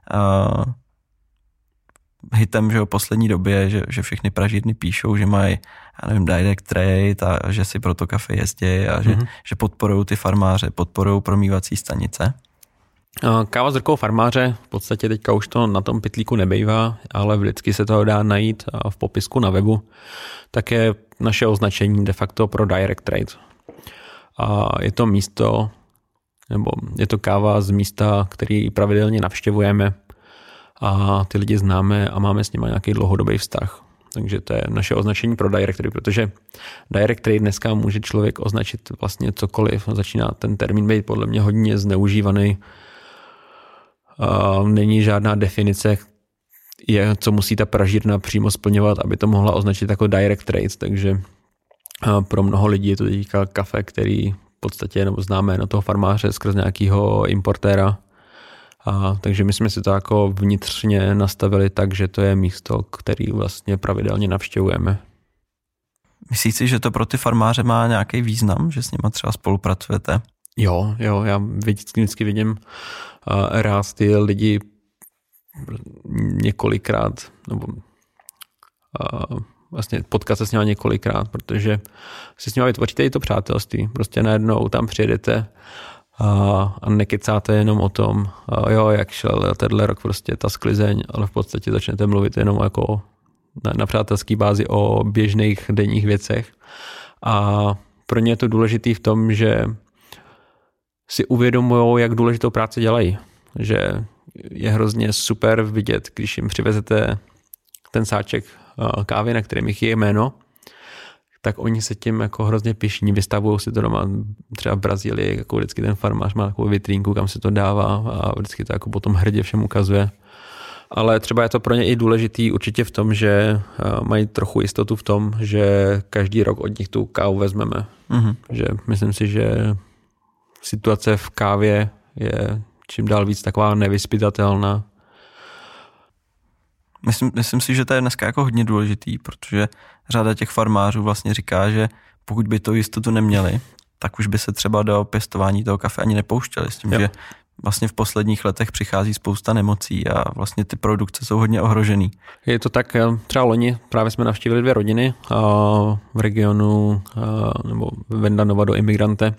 hitem, že v poslední době, že všechny pražírny píšou, že mají, já nevím, direct trade a že si pro to kafe jezdí a že podporují ty farmáře, podporují promývací stanice. Káva s rukou farmáře, v podstatě teďka už to na tom pytlíku nebejvá, ale vždycky se to dá najít v popisku na webu. Tak je naše označení de facto pro direct trade. A je to místo, nebo je to káva z místa, který pravidelně navštěvujeme a ty lidi známe a máme s nimi nějaký dlouhodobý vztah. Takže to je naše označení pro direct trade, protože direct trade dneska může člověk označit vlastně cokoliv. Začíná ten termín být podle mě hodně zneužívaný. Není žádná definice, co musí ta pražírna přímo splňovat, aby to mohla označit jako direct trade. Takže pro mnoho lidí je to teďka kafe, který v podstatě nebo známe na toho farmáře skrz nějakého importéra. Takže my jsme si to jako vnitřně nastavili tak, že to je místo, který vlastně pravidelně navštěvujeme. Myslíš si, že to pro ty farmáře má nějaký význam, že s nima třeba spolupracujete? Jo, já vždycky vidím rád ty lidi několikrát, nebo vlastně potkat se s nimi několikrát, protože si s nimi vytvoříte i to přátelství. Prostě najednou tam přijedete a nekecáte jenom o tom, jak šel tenhle rok prostě ta sklizeň, ale v podstatě začnete mluvit jenom jako na přátelský bázi o běžných denních věcech. A pro ně je to důležitý v tom, že si uvědomujou, jak důležitou práci dělají. Že je hrozně super vidět, když jim přivezete ten sáček kávy, na kterém jich je jméno, tak oni se tím jako hrozně pyšní, vystavují si to doma. Třeba v Brazílii, jako vždycky ten farmář má takovou vitrínku, kam se to dává a vždycky to jako potom hrdě všem ukazuje. Ale třeba je to pro ně i důležitý určitě v tom, že mají trochu jistotu v tom, že každý rok od nich tu kávu vezmeme. Mm-hmm. Že myslím si, že situace v kávě je čím dál víc taková nevyzpytatelná. Myslím si, že to je dneska jako hodně důležitý, protože řada těch farmářů vlastně říká, že pokud by to jistotu neměli, tak už by se třeba do pěstování toho kafe ani nepouštěli. S tím, že vlastně v posledních letech přichází spousta nemocí a vlastně ty produkce jsou hodně ohrožený. Je to tak, třeba loni právě jsme navštívili 2 rodiny v regionu nebo Venda Nova do Imigrante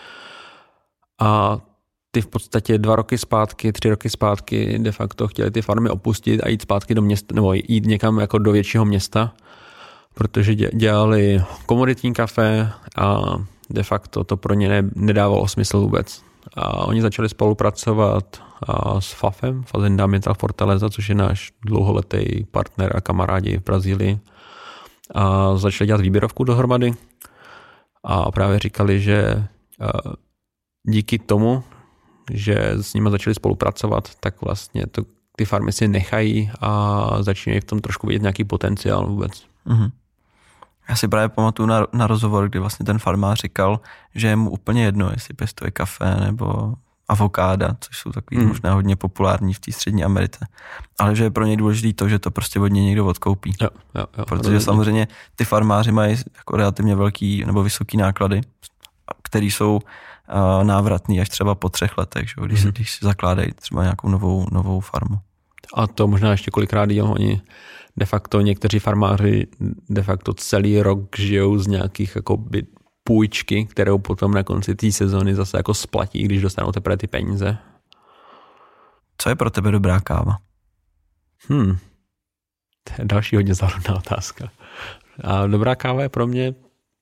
a ty v podstatě 2 roky zpátky, 3 roky zpátky de facto chtěli ty farmy opustit a jít zpátky do města, nebo jít někam jako do většího města, protože dělali komoditní kafe a de facto to pro ně nedávalo smysl vůbec. A oni začali spolupracovat s FAFem, Fazenda Ambiental Fortaleza, což je náš dlouholetý partner a kamarádi v Brazílii. A začali dělat výběrovku dohromady a právě říkali, že díky tomu, že s nimi začali spolupracovat, tak vlastně ty farmy si nechají a začínají v tom trošku vidět nějaký potenciál vůbec. Mm-hmm. Já si právě pamatuju na rozhovor, kdy vlastně ten farmář říkal, že je mu úplně jedno, jestli pěstuje kafe nebo avokáda, což jsou takový možná hodně populární v té Střední Americe. Ale že je pro něj důležitý to, že to prostě od něj někdo odkoupí. Jo, protože samozřejmě ty farmáři mají jako relativně velký nebo vysoký náklady, který jsou návratný až třeba po 3 letech, že? Když si zakládají třeba nějakou novou farmu. A to možná ještě kolikrát oni de facto někteří farmáři de facto celý rok žijou z nějakých jako půjčky, kterou potom na konci té sezóny zase jako splatí, když dostanou teprve ty peníze. Co je pro tebe dobrá káva? To je další hodně záhodná otázka. A dobrá káva je pro mě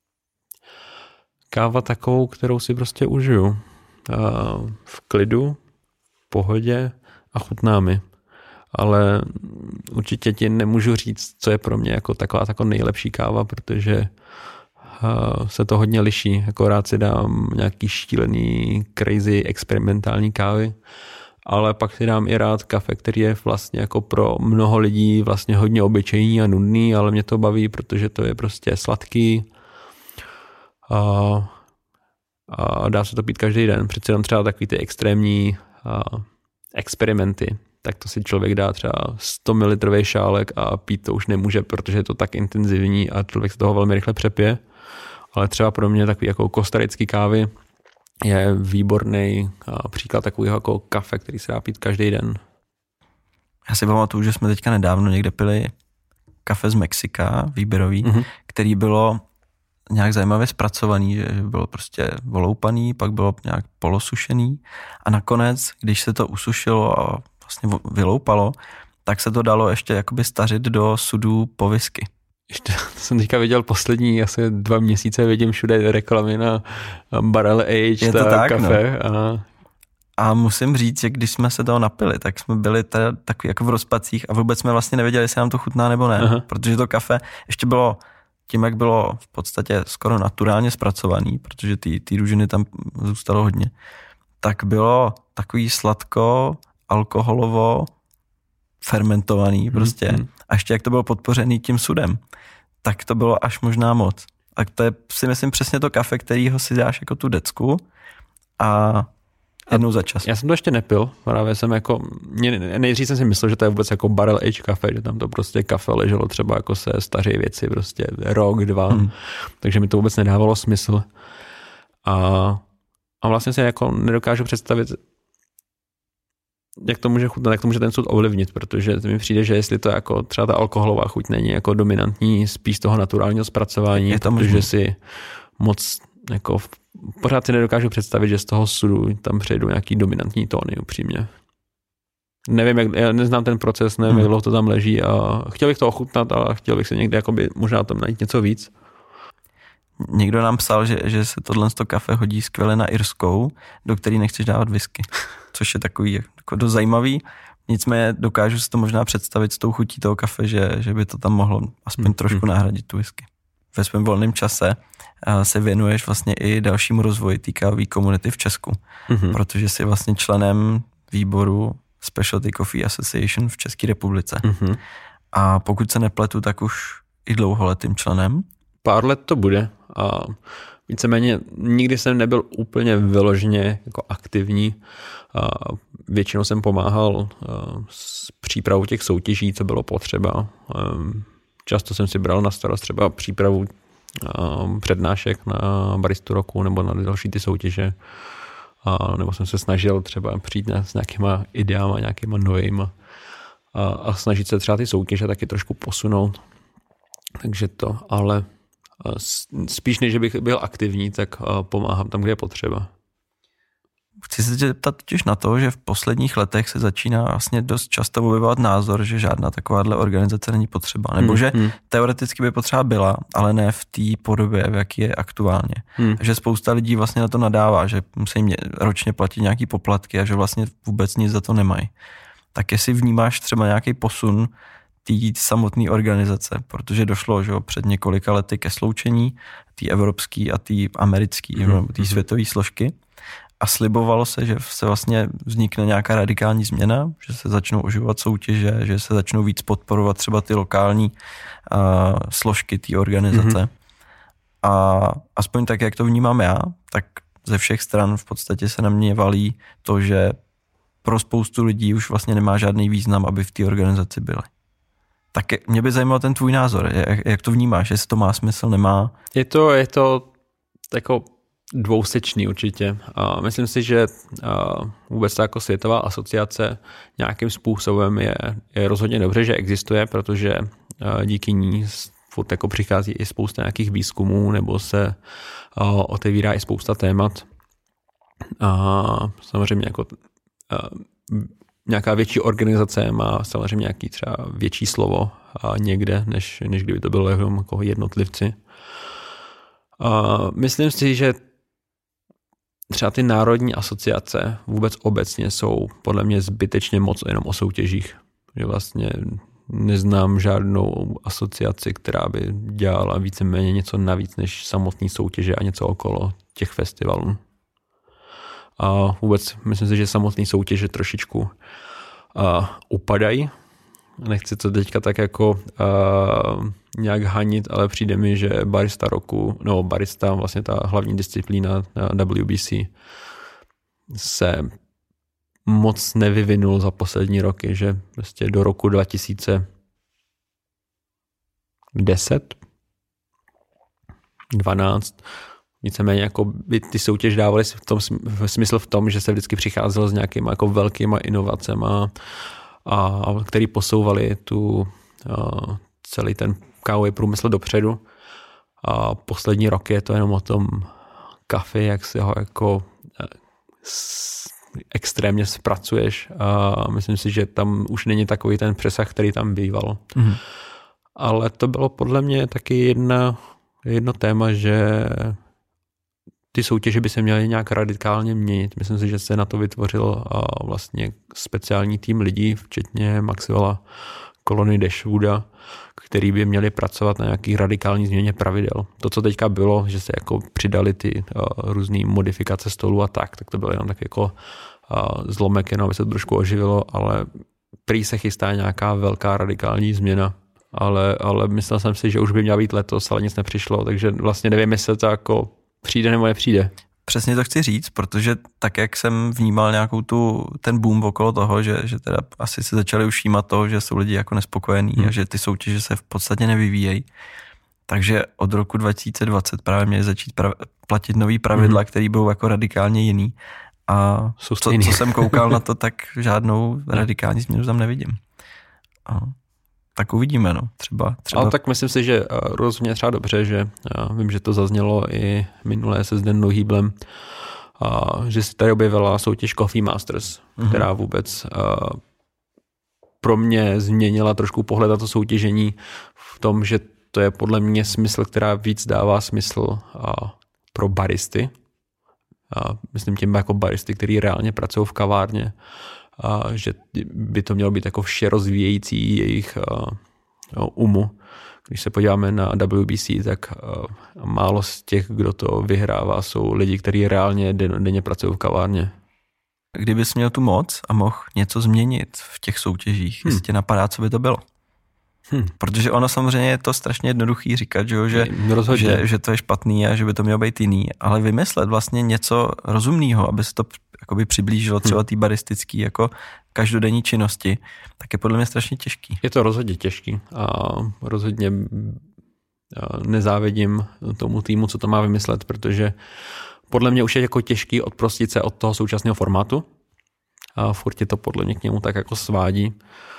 káva takovou, kterou si prostě užiju. V klidu, v pohodě a chutná mi. Ale určitě ti nemůžu říct, co je pro mě jako taková nejlepší káva, protože se to hodně liší. Jako rád si dám nějaký šílený, crazy, experimentální kávy, ale pak si dám i rád kafe, který je vlastně jako pro mnoho lidí vlastně hodně obyčejný a nudný, ale mě to baví, protože to je prostě sladký a dá se to pít každý den. Přece jenom třeba takový ty extrémní experimenty, tak to si člověk dá třeba 100 ml šálek a pít to už nemůže, protože je to tak intenzivní a člověk se toho velmi rychle přepije. Ale třeba pro mě takový jako kostarický kávy je výborný příklad takového jako kafe, který se dá pít každý den. Já si pamatuju, že jsme teďka nedávno někde pili kafe z Mexika, výběrový, který bylo nějak zajímavě zpracovaný, že bylo prostě voloupaný, pak bylo nějak polosušený a nakonec, když se to usušilo a vlastně vyloupalo, tak se to dalo ještě jakoby stařit do sudů po whisky. Ještě jsem teďka viděl poslední asi 2 měsíce, vidím všude reklamy na barrel aged kafe. No. A musím říct, že když jsme se toho napili, tak jsme byli takový jako v rozpacích a vůbec jsme vlastně nevěděli, jestli nám to chutná nebo ne, protože to kafe ještě bylo tím, jak bylo v podstatě skoro naturálně zpracovaný, protože ty růžiny tam zůstalo hodně, tak bylo takový sladko, alkoholovo, fermentovaný prostě. A ještě jak to bylo podpořený tím sudem, tak to bylo až možná moc. A to je si myslím přesně to kafe, kterýho si dáš jako tu decku a jednou za čas. Já jsem to ještě nepil, právě jsem jako, nejdřív jsem si myslel, že to je vůbec jako barrel age kafe, že tam to prostě kafe leželo třeba jako se staří věci, prostě rok, 2, takže mi to vůbec nedávalo smysl. A vlastně se jako nedokážu představit, jak to může chutnat, jak to může ten sud ovlivnit, protože mi přijde, že jestli to jako třeba ta alkoholová chuť není jako dominantní spíš toho naturálního zpracování, protože si moc jako pořád si nedokážu představit, že z toho sudu tam přejdou nějaký dominantní tóny upřímně. Nevím, já neznám ten proces, nevím, jak dlouho to tam leží a chtěl bych to ochutnat, ale chtěl bych si někde jakoby možná tam najít něco víc. Někdo nám psal, že se tohle kafe hodí skvěle na irskou, do který nechceš dávat whisky, což je takový jako dost zajímavý. Nicméně dokážu si to možná představit s tou chutí toho kafe, že by to tam mohlo aspoň trošku nahradit tu whisky. Ve svém volném čase se věnuješ vlastně i dalšímu rozvoji té kávové komunity v Česku, protože jsi vlastně členem výboru Specialty Coffee Association v České republice. A pokud se nepletu, tak už i dlouholetým členem. Pár let to bude a víceméně nikdy jsem nebyl úplně vyloženě jako aktivní. Většinou jsem pomáhal s přípravou těch soutěží, co bylo potřeba. Často jsem si bral na starost třeba přípravu přednášek na baristu roku nebo na další ty soutěže. Nebo jsem se snažil třeba přijít s nějakýma ideama, nějakýma novýma a snažit se třeba ty soutěže taky trošku posunout. Takže to, ale spíš než bych byl aktivní, tak pomáhám tam, kde je potřeba. Chci se zeptat totiž na to, že v posledních letech se začíná vlastně dost často objevovat názor, že žádná takováhle organizace není potřeba. Nebo že teoreticky by potřeba byla, ale ne v té podobě, v jaký je aktuálně. Že spousta lidí vlastně na to nadává, že musí jim ročně platit nějaký poplatky a že vlastně vůbec nic za to nemají. Tak jestli vnímáš třeba nějaký posun té samotné organizace, protože došlo že před několika lety ke sloučení té evropské a té americké, té světové složky a slibovalo se, že se vlastně vznikne nějaká radikální změna, že se začnou oživovat soutěže, že se začnou víc podporovat třeba ty lokální složky té organizace. A aspoň tak, jak to vnímám já, tak ze všech stran v podstatě se na mě valí to, že pro spoustu lidí už vlastně nemá žádný význam, aby v té organizaci byli. Tak mě by zajímal ten tvůj názor, jak to vnímáš, jestli to má smysl, nemá? Je to jako dvousečný určitě. A myslím si, že vůbec ta jako světová asociace nějakým způsobem je rozhodně dobře, že existuje, protože díky ní furt jako přichází i spousta nějakých výzkumů nebo se otevírá i spousta témat. A samozřejmě jako nějaká větší organizace má samozřejmě nějaký třeba větší slovo někde, než kdyby to bylo jako jednotlivci. Myslím si, že třeba ty národní asociace vůbec obecně jsou podle mě zbytečně moc jenom o soutěžích. Že vlastně neznám žádnou asociaci, která by dělala víceméně něco navíc než samotné soutěže a něco okolo těch festivalů. A vůbec myslím si, že samotné soutěže trošičku upadají. Nechci to teďka tak jako nějak hanit, ale přijde mi, že barista roku, no barista, vlastně ta hlavní disciplína na WBC se moc nevyvinul za poslední roky, že prostě do roku 2010, 12, víceméně jako by ty soutěž dávaly smysl v tom, že se vždycky přicházelo s nějakýma jako velkýma inovacema, a který posouvali celý ten kávový průmysl dopředu. A poslední rok je to jenom o tom kafe, jak si ho jako extrémně zpracuješ a myslím si, že tam už není takový ten přesah, který tam býval. Mm. Ale to bylo podle mě taky jedno téma, že ty soutěže by se měly nějak radikálně měnit. Myslím si, že se na to vytvořil vlastně speciální tým lidí, včetně Maxwella Colony Dashwooda, který by měli pracovat na nějaký radikální změně pravidel. To, co teďka bylo, že se jako přidali ty různé modifikace stolů a tak to bylo jenom tak jako zlomek, jenom aby se to trošku oživilo, ale prý se chystá nějaká velká radikální změna. Ale myslel jsem si, že už by měla být letos, ale nic nepřišlo, takže vlastně nevím, jestli to jako přijde nebo nepřijde. Přesně to chci říct, protože tak, jak jsem vnímal nějakou ten boom okolo toho, že teda asi se začali už všímat toho, že jsou lidi jako nespokojení a že ty soutěže se v podstatě nevyvíjejí. Takže od roku 2020 právě měly začít platit nový pravidla, které budou jako radikálně jiný. A co jsem koukal na to, tak žádnou radikální změnu tam nevidím. Tak uvidíme, no. Třeba. Ale tak myslím si, že rozhodně třeba dobře, že vím, že to zaznělo i minulé se Zdenou Hýblem, že se tady objevila soutěž Coffee Masters, která vůbec pro mě změnila trošku pohled na to soutěžení v tom, že to je podle mě smysl, která víc dává smysl pro baristy. Myslím tím jako baristy, který reálně pracují v kavárně, a že by to mělo být jako vše rozvíjející jejich umu. Když se podíváme na WBC, tak málo z těch, kdo to vyhrává, jsou lidi, kteří reálně denně pracují v kavárně. Kdybys měl tu moc a mohl něco změnit v těch soutěžích, jestli tě napadá, co by to bylo? Protože ono samozřejmě je to strašně jednoduchý říkat, že to je špatný a že by to mělo být jiný, ale vymyslet vlastně něco rozumného, aby se to jakoby přiblížilo třeba té baristické jako každodenní činnosti, tak je podle mě strašně těžký. Je to rozhodně těžký a rozhodně nezávidím tomu týmu, co to má vymyslet, protože podle mě už je jako těžký odprostit se od toho současného formátu a furt je to podle mě k němu tak jako svádí.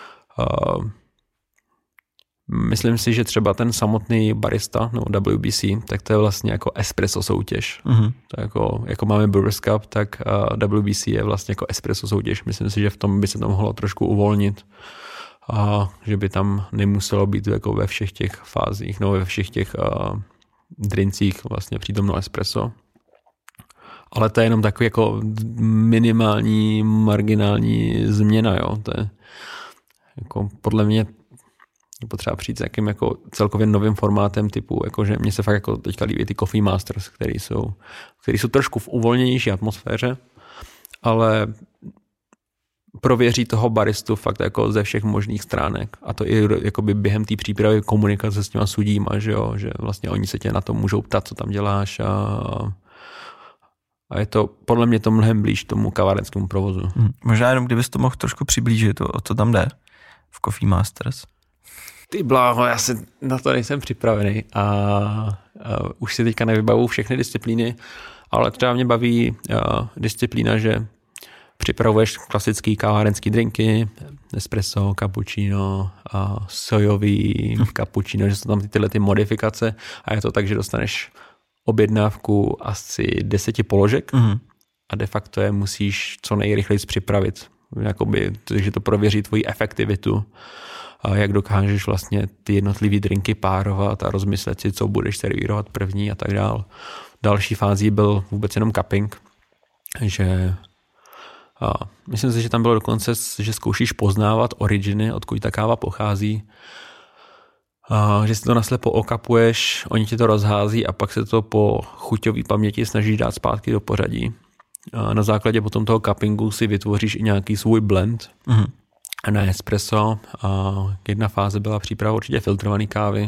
Myslím si, že třeba ten samotný barista, no WBC, tak to je vlastně jako espresso soutěž. To jako máme Brewers Cup, tak WBC je vlastně jako espresso soutěž. Myslím si, že v tom by se to mohlo trošku uvolnit a že by tam nemuselo být jako ve všech těch fázích, no ve všech těch drincích vlastně přítomno espresso. Ale to je jenom takový jako minimální, marginální změna, jo. To je jako podle mě potřeba přijít s jakým jako celkově novým formátem typu, jakože mně se fakt jako teďka líbí ty Coffee Masters, který jsou trošku v uvolněnější atmosféře, ale prověří toho baristu fakt jako ze všech možných stránek. A to i jakoby během té přípravy komunikace s těma sudíma, že jo, že vlastně oni se tě na to můžou ptát, co tam děláš a je to podle mě to mnohem blíž tomu kavárenskému provozu. Možná jenom kdybys to mohl trošku přiblížit, o co tam jde v Coffee Masters. Ty bláho, já se na to nejsem připravený a už si teďka nevybavu všechny disciplíny, ale třeba mě baví disciplína, že připravuješ klasický kavárenský drinky, espresso, cappuccino, sojový cappuccino, že jsou tam tyhle ty modifikace a je to tak, že dostaneš objednávku asi 10 položek a de facto je musíš co nejrychleji připravit. Jakoby, takže to prověří tvoji efektivitu a jak dokážeš vlastně ty jednotlivý drinky párovat a rozmyslet si, co budeš servírovat první a tak dál. Další fází byl vůbec jenom cupping, že A myslím si, že tam bylo dokonce, že zkoušíš poznávat originy, odkud ta káva pochází. A že si to naslepo okapuješ, oni ti to rozhází a pak se to po chuťové paměti snažíš dát zpátky do pořadí. A na základě potom toho cuppingu si vytvoříš i nějaký svůj blend na espresso. A jedna fáze byla příprava určitě filtrované kávy.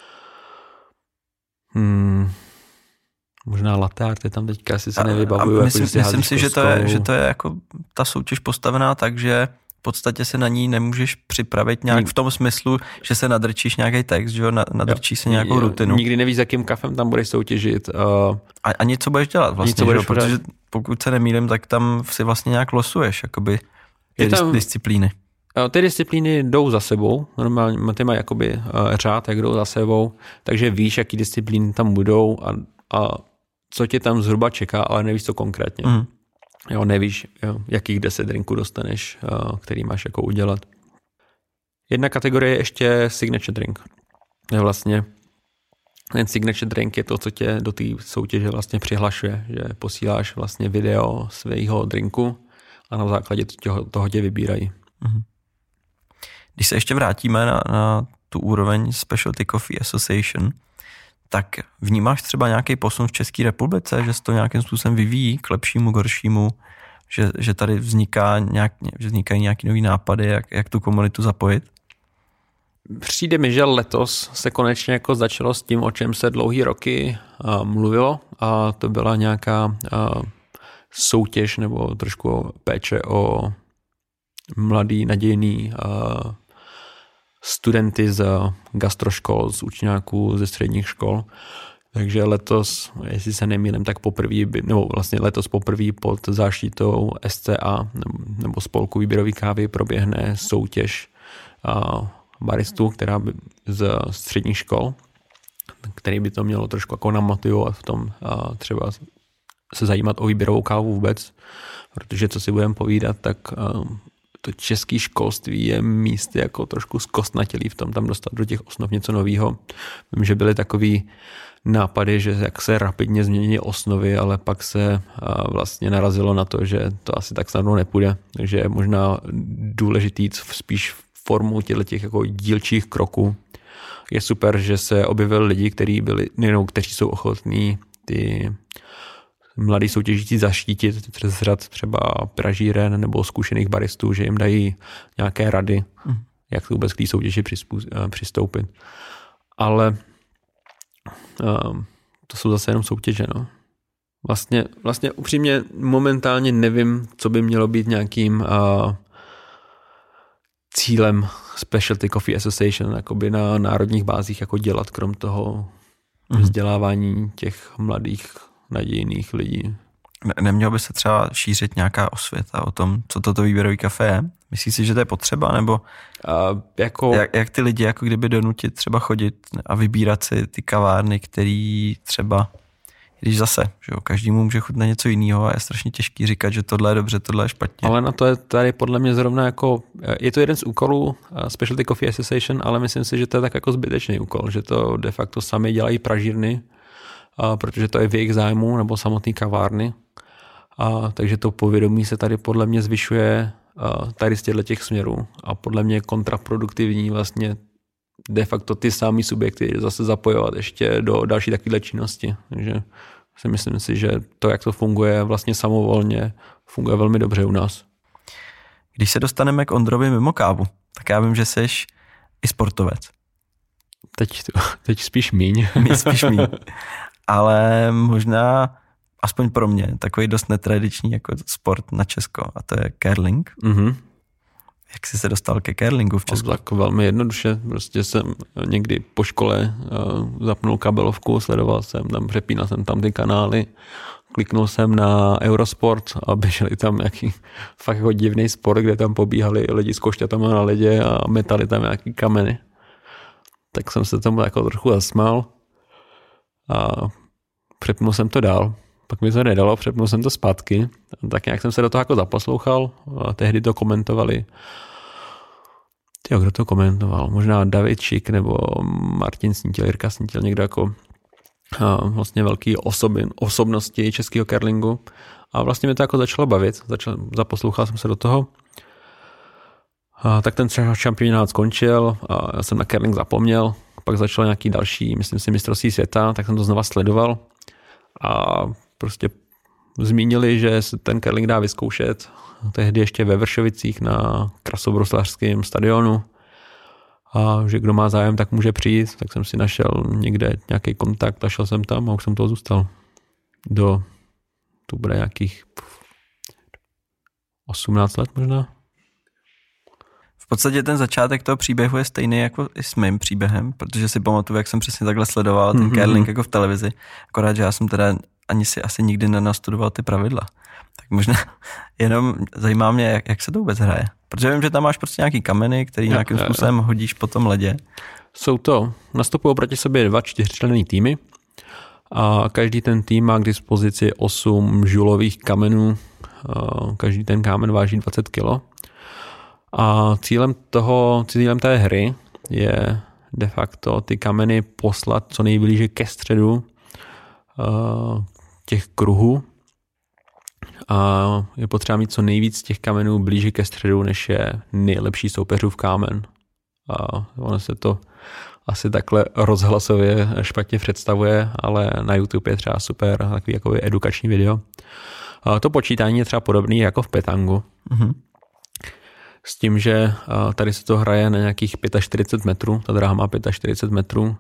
Možná latte art je tam teďka, asi se nevybavuju. Myslím si, že to je jako ta soutěž postavená tak, že v podstatě se na ní nemůžeš připravit nějak v tom smyslu, že se nadrčíš nějaký text, že jo, nadrčíš se nějakou rutinu. Nikdy nevíš, jakým kafem tam budeš soutěžit. Ani co budeš dělat vlastně, protože pokud se nemýlím, tak tam si vlastně nějak losuješ, jakoby disciplíny. Ty disciplíny jdou za sebou, normálně ty mají jakoby řád, jak jdou za sebou, takže víš, jaký disciplíny tam budou a co tě tam zhruba čeká, ale nevíš to konkrétně. Jo, nevíš, jakých 10 drinků dostaneš, který máš jako udělat. Jedna kategorie je ještě signature drink. Je vlastně ten signature drink je to, co tě do té soutěže vlastně přihlašuje, že posíláš vlastně video svého drinku a na základě toho tě vybírají. Když se ještě vrátíme na tu úroveň Specialty Coffee Association, tak vnímáš třeba nějaký posun v České republice, že se to nějakým způsobem vyvíjí k lepšímu, k horšímu, že tady vznikají nějaké nové nápady, jak tu komunitu zapojit? Přijde mi, že letos se konečně jako začalo s tím, o čem se dlouhý roky mluvilo, a to byla nějaká soutěž nebo trošku péče o mladý, nadějný studenty z gastroškol, z učňáků, ze středních škol. Takže letos, jestli se nemýlím, tak letos poprvé pod záštitou SCA nebo spolku výběrový kávy proběhne soutěž baristů, která by z středních škol, který by to mělo trošku jako namotivovat v tom třeba se zajímat o výběrovou kávu vůbec, protože co si budeme povídat, tak to české školství je místy jako trošku zkostnatělý v tom tam dostat do těch osnov něco nového. Vím, že byly takový nápady, že jak se rapidně změní osnovy, ale pak se vlastně narazilo na to, že to asi tak snadno nepůjde. Takže je možná důležitý spíš formu těch jako dílčích kroků. Je super, že se objevili lidi, kteří jsou ochotní ty mladý soutěžící zaštítit z řad třeba pražíren nebo zkušených baristů, že jim dají nějaké rady, jak vůbec k té soutěži přistoupit. Ale to jsou zase jenom soutěže. No. Vlastně upřímně momentálně nevím, co by mělo být nějakým cílem Specialty Coffee Association jakoby na národních bázích jako dělat, krom toho vzdělávání těch mladých nadějných lidí. Nemělo by se třeba šířit nějaká osvěta o tom, co toto výběrový kafe je? Myslíš si, že to je potřeba? Nebo jak ty lidi jako kdyby donutit třeba chodit a vybírat si ty kavárny, který třeba, když zase, že jo, každému může chutnat něco jiného a je strašně těžký říkat, že tohle je dobře, tohle je špatně. Ale na to je tady podle mě zrovna jako, je to jeden z úkolů Specialty Coffee Association, ale myslím si, že to je tak jako zbytečný úkol, že to de facto sami dělají pražírny, protože to je v jejich zájmu, nebo samotný kavárny. Takže to povědomí se tady podle mě zvyšuje tady z těch směrů a podle mě je kontraproduktivní vlastně de facto ty samý subjekty zase zapojovat ještě do další takovéhle činnosti. Takže si myslím si, že to, jak to funguje vlastně samovolně, funguje velmi dobře u nás. Když se dostaneme k Ondrovi mimo kávu, tak já vím, že seš i sportovec. Teď spíš míň. Spíš míň. Ale možná, aspoň pro mě, takový dost netradiční jako sport na Česko, a to je curling. Jak jsi se dostal ke curlingu v Česku? Tak velmi jednoduše. Prostě jsem někdy po škole zapnul kabelovku, sledoval jsem tam, přepínal jsem tam ty kanály, kliknul jsem na Eurosport a běželi tam nějaký fakt jako divný sport, kde tam pobíhali lidi s košťatama na ledě a metali tam nějaký kameny. Tak jsem se tomu jako trochu zasmál a přepnul jsem to dál. Pak mi to nedalo, přepnul jsem to zpátky. Tak nějak jsem se do toho jako zaposlouchal a tehdy to komentovali. Kdo to komentoval? Možná David Šik nebo Martin Snítil, Jirka Snítil, někdo jako vlastně velký osobnosti českého curlingu. A vlastně mě to jako začalo bavit, zaposlouchal jsem se do toho. A tak ten šampionát skončil a já jsem na curling zapomněl. Pak začalo nějaký další, myslím si, mistrovství světa, tak jsem to znova sledoval. A prostě zmínili, že se ten curling dá vyzkoušet. Tehdy ještě ve Vršovicích na krasobruslařském stadionu. A že kdo má zájem, tak může přijít. Tak jsem si našel někde nějaký kontakt a šel jsem tam a už jsem toho zůstal. To bude nějakých 18 let možná. V podstatě ten začátek toho příběhu je stejný jako i s mým příběhem, protože si pamatuju, jak jsem přesně takhle sledoval ten curling jako v televizi. Akorát, že já jsem teda ani si asi nikdy nenastudoval ty pravidla. Tak možná jenom zajímá mě, jak se to vůbec hraje. Protože vím, že tam máš prostě nějaký kameny, který nějakým způsobem hodíš po tom ledě. Nastupují proti sobě 2 4členný týmy a každý ten tým má k dispozici 8 žulových kamenů. Každý ten kámen váží 20 kg. A cílem té hry je de facto ty kameny poslat co nejblíže ke středu těch kruhů. A je potřeba mít co nejvíc těch kamenů blíže ke středu, než je nejlepší soupeřův kámen. A ono se to asi takhle rozhlasově špatně představuje, ale na YouTube je třeba super takový jako edukační video. A to počítání je třeba podobný jako v petangu. Mm-hmm. S tím, že tady se to hraje na nějakých 45 metrů, ta dráha má 45 metrů,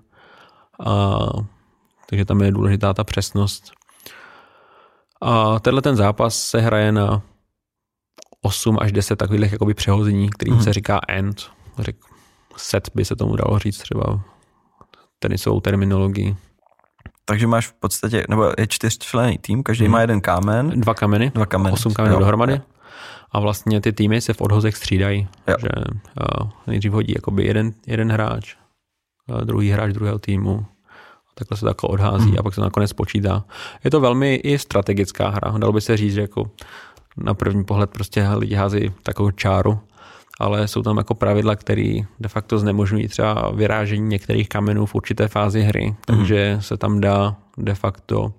takže tam je důležitá ta přesnost. A tenhle ten zápas se hraje na 8 až 10 takových jakoby přehození, kterým se říká end. Set by se tomu dalo říct třeba tenisovou terminologii. Takže máš v podstatě, nebo je 4členný tým, každý má jeden kámen. 2 kameny, 8 kamenů dohromady. A vlastně ty týmy se v odhozech střídají. Že nejdřív hodí jakoby jeden hráč, druhý hráč druhého týmu. Takhle se takhle odhází a pak se nakonec počítá. Je to velmi i strategická hra. Dalo by se říct, že jako na první pohled prostě lidi hází takovou čáru, ale jsou tam jako pravidla, které de facto znemožňují třeba vyrážení některých kamenů v určité fázi hry. Takže se tam dá de facto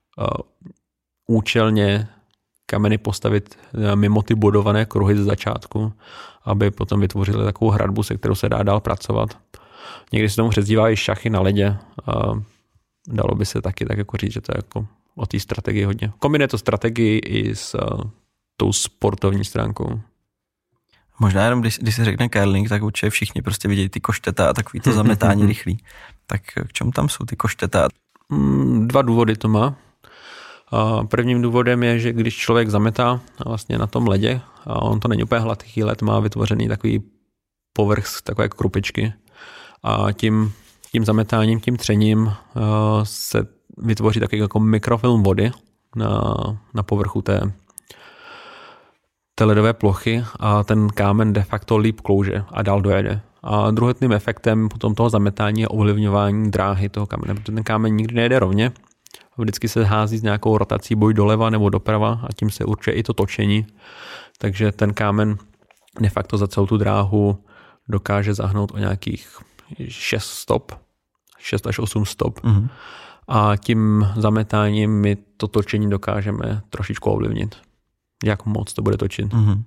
účelně kameny postavit mimo ty bodované kruhy ze začátku, aby potom vytvořili takovou hradbu, se kterou se dá dál pracovat. Někdy se tomu přezdívá i šachy na ledě. Dalo by se taky tak jako říct, že to je jako o té strategii hodně. Kombinuje to strategii i s tou sportovní stránkou. Možná jenom, když se řekne curling, tak určitě všichni prostě vidějí ty košteta a takový to zametání rychlý. Tak k čemu tam jsou ty košteta? 2 důvody to má. Prvním důvodem je, že když člověk zametá vlastně na tom ledě, a on to není úplně hladký led, má vytvořený takový povrch, takové krupičky. A tím zametáním, tím třením se vytvoří takový jako mikrofilm vody na povrchu té ledové plochy a ten kámen de facto líp klouže a dál dojede. A druhotným efektem potom toho zametání je ovlivňování dráhy toho kamene, protože ten kámen nikdy nejde rovně. Vždycky se hází s nějakou rotací buď doleva nebo doprava a tím se určuje i to točení. Takže ten kámen de facto za celou tu dráhu dokáže zahnout o nějakých 6 až 8 stop. Mm-hmm. A tím zametáním my to točení dokážeme trošičku ovlivnit. Jak moc to bude točit. Mm-hmm.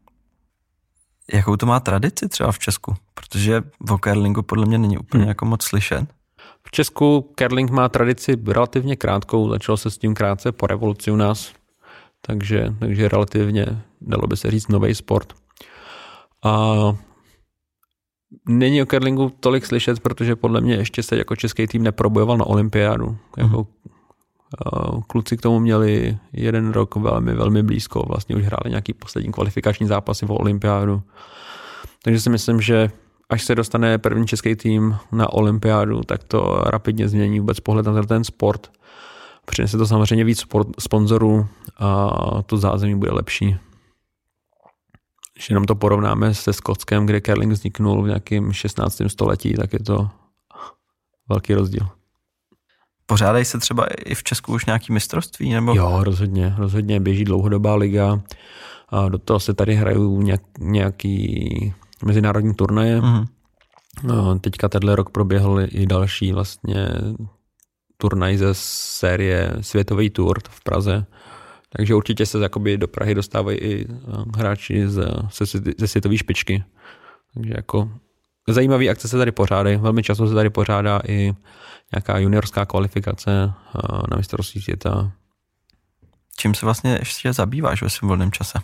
Jakou to má tradici třeba v Česku? Protože o curlingu podle mě není úplně jako moc slyšet. V Česku curling má tradici relativně krátkou. Začalo se s tím krátce po revoluci u nás. Takže relativně, dalo by se říct, nový sport. A není o curlingu tolik slyšet, protože podle mě ještě se jako český tým neprobojoval na olympiádu. Jako, kluci k tomu měli 1 rok velmi, velmi blízko. Vlastně už hráli nějaký poslední kvalifikační zápasy o olympiádu. Takže si myslím, že až se dostane první český tým na olympiádu, tak to rapidně změní vůbec pohled na ten sport. Přinese to samozřejmě víc sponzorů a to zázemí bude lepší. Když jenom to porovnáme se Skotskem, kde curling vzniknul v nějakém 16. století, tak je to velký rozdíl. Pořádají se třeba i v Česku už nějaký mistrovství? Nebo? Jo, rozhodně běží dlouhodobá liga a do toho se tady hrajou nějaký mezinárodní turnaje. Mm-hmm. Teďka tenhle rok proběhl i další vlastně turnaj ze série Světový tour v Praze. Takže určitě se jakoby do Prahy dostávají i hráči ze světové špičky. Takže jako zajímavý akce se tady pořádají. Velmi často se tady pořádá i nějaká juniorská kvalifikace na mistrovství světa. Čím se vlastně ještě zabýváš ve svém volném čase?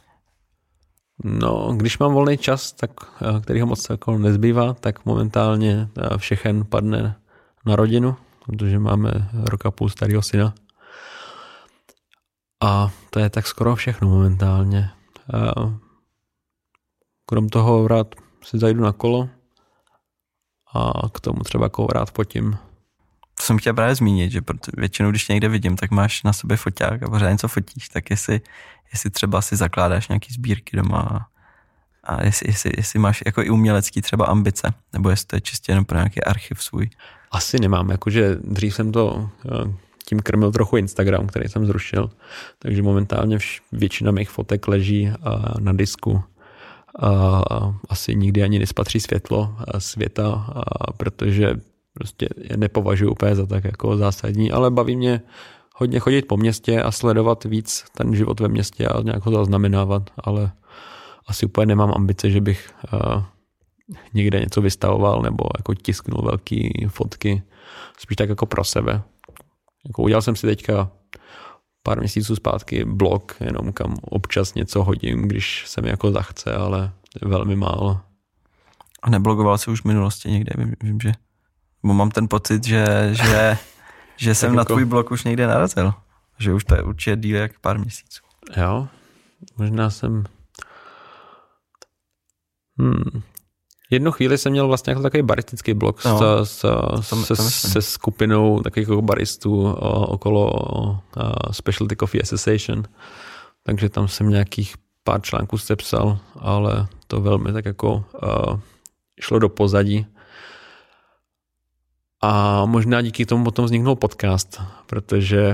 No, když mám volný čas, tak, který ho moc jako nezbývá, tak momentálně všechen padne na rodinu, protože máme rok a půl starého syna. A to je tak skoro všechno momentálně. Krom toho rád si zajdu na kolo a k tomu třeba jako rád fotím. To jsem chtěl právě zmínit, že většinou, když někde vidím, tak máš na sobě foťák a pořád něco fotíš, tak jestli třeba si zakládáš nějaký sbírky doma a jestli máš jako i umělecký třeba ambice, nebo jestli to je čistě jenom pro nějaký archiv svůj. Asi nemám, jakože dřív jsem to tím krmil trochu Instagram, který jsem zrušil, takže momentálně většina mých fotek leží na disku. Asi nikdy ani nespatří světlo světa, protože prostě je nepovažuji úplně za tak jako zásadní, ale baví mě hodně chodit po městě a sledovat víc ten život ve městě a nějak ho zaznamenávat, ale asi úplně nemám ambice, že bych někde něco vystavoval nebo jako tisknul velký fotky, spíš tak jako pro sebe. Jako udělal jsem si teďka pár měsíců zpátky blog, jenom kam občas něco hodím, když se mi jako zachce, ale velmi málo. A neblogoval jsi už v minulosti někde? Vím, že... Bo mám ten pocit, že jsem na tvůj blog už někde narazil. Že už to je určitě díl jak pár měsíců. Jo, možná jsem... Jednu chvíli jsem měl vlastně jako takový baristický blog se skupinou takových jako baristů okolo Specialty Coffee Association. Takže tam jsem nějakých pár článků sepsal, ale to velmi tak jako šlo do pozadí. A možná díky tomu potom vzniknul podcast, protože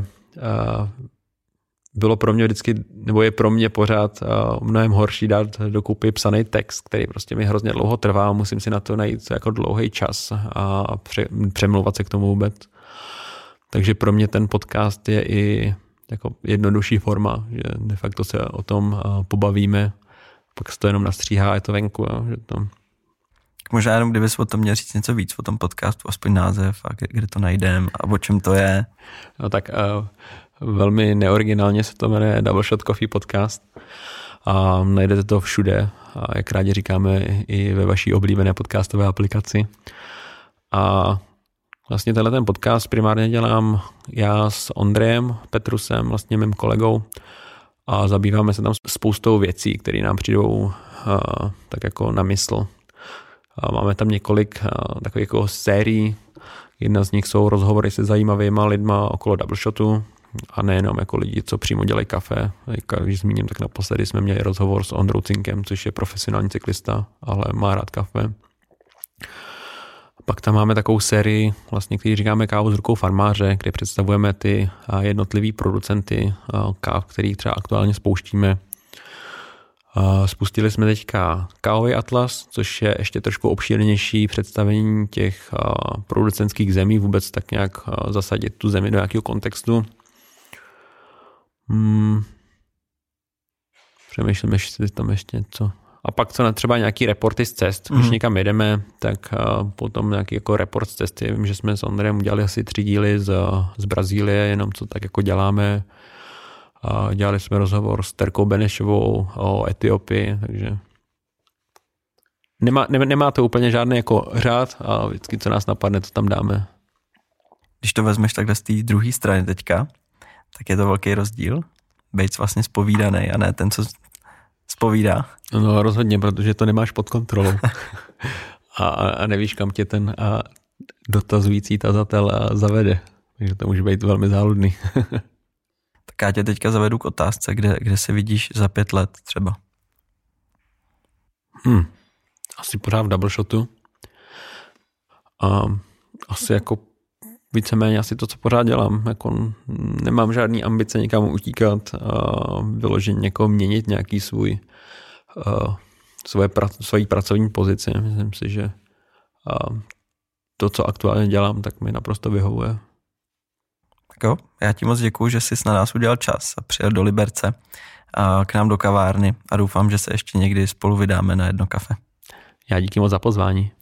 bylo pro mě vždycky, nebo je pro mě pořád mnohem horší dát dokupy psaný text, který prostě mi hrozně dlouho trvá, musím si na to najít jako dlouhý čas a přemlouvat se k tomu vůbec. Takže pro mě ten podcast je i jako jednodušší forma, že de facto se o tom pobavíme, pak se to jenom nastříhá, je to venku. Že to... Možná jenom kdybys o tom měl říct něco víc, o tom podcastu, aspoň název a kde to najdem a o čem to je. No tak velmi neoriginálně se to jmenuje Double Shot Coffee Podcast a najdete to všude a jak rádi říkáme i ve vaší oblíbené podcastové aplikaci. A vlastně tenhle ten podcast primárně dělám já s Ondrejem Petrusem, vlastně mým kolegou a zabýváme se tam spoustou věcí, které nám přijdou tak jako na mysl. A máme tam několik takových jako sérií. Jedna z nich jsou rozhovory se zajímavýma lidma okolo double shotu a nejenom jako lidi, co přímo dělají kafe. Když zmíním, tak naposledy jsme měli rozhovor s Ondrou Cinkem, což je profesionální cyklista, ale má rád kafe. Pak tam máme takovou sérii, vlastně, který říkáme Kávu s rukou farmáře, kde představujeme ty jednotlivý producenty káv, který třeba aktuálně spouštíme. Spustili jsme teďka Kávový atlas, což je ještě trošku obšírnější představení těch producentských zemí, vůbec tak nějak zasadit tu zemi do nějakého kontextu. Přemýšlím, jestli tam ještě něco. A pak co třeba nějaký reporty z cest, když někam jedeme, tak potom nějaký jako report z cesty. Vím, že jsme s Ondrejem udělali asi 3 díly z Brazílie, jenom co tak jako děláme. A dělali jsme rozhovor s Terkou Benešovou o Etiopii, takže nemá to úplně žádný jako řád a vždycky, co nás napadne, to tam dáme. Když to vezmeš takhle z té druhé strany teďka, tak je to velký rozdíl. Bejt vlastně zpovídaný a ne ten, co zpovídá. No rozhodně, protože to nemáš pod kontrolou. a nevíš, kam tě ten dotazující tazatel zavede. Takže to může být velmi záludný. Tak já tě teďka zavedu k otázce, kde se vidíš za 5 let třeba. Asi pořád v double shotu. Asi jako víceméně asi to, co pořád dělám. Jako nemám žádný ambice někam utíkat a vyloženě někoho měnit nějaký svoji pracovní pozici. Myslím si, že to, co aktuálně dělám, tak mi naprosto vyhovuje. Tak jo, já ti moc děkuju, že jsi na nás udělal čas a přijel do Liberce a k nám do kavárny a doufám, že se ještě někdy spolu vydáme na jedno kafe. Já díky moc za pozvání.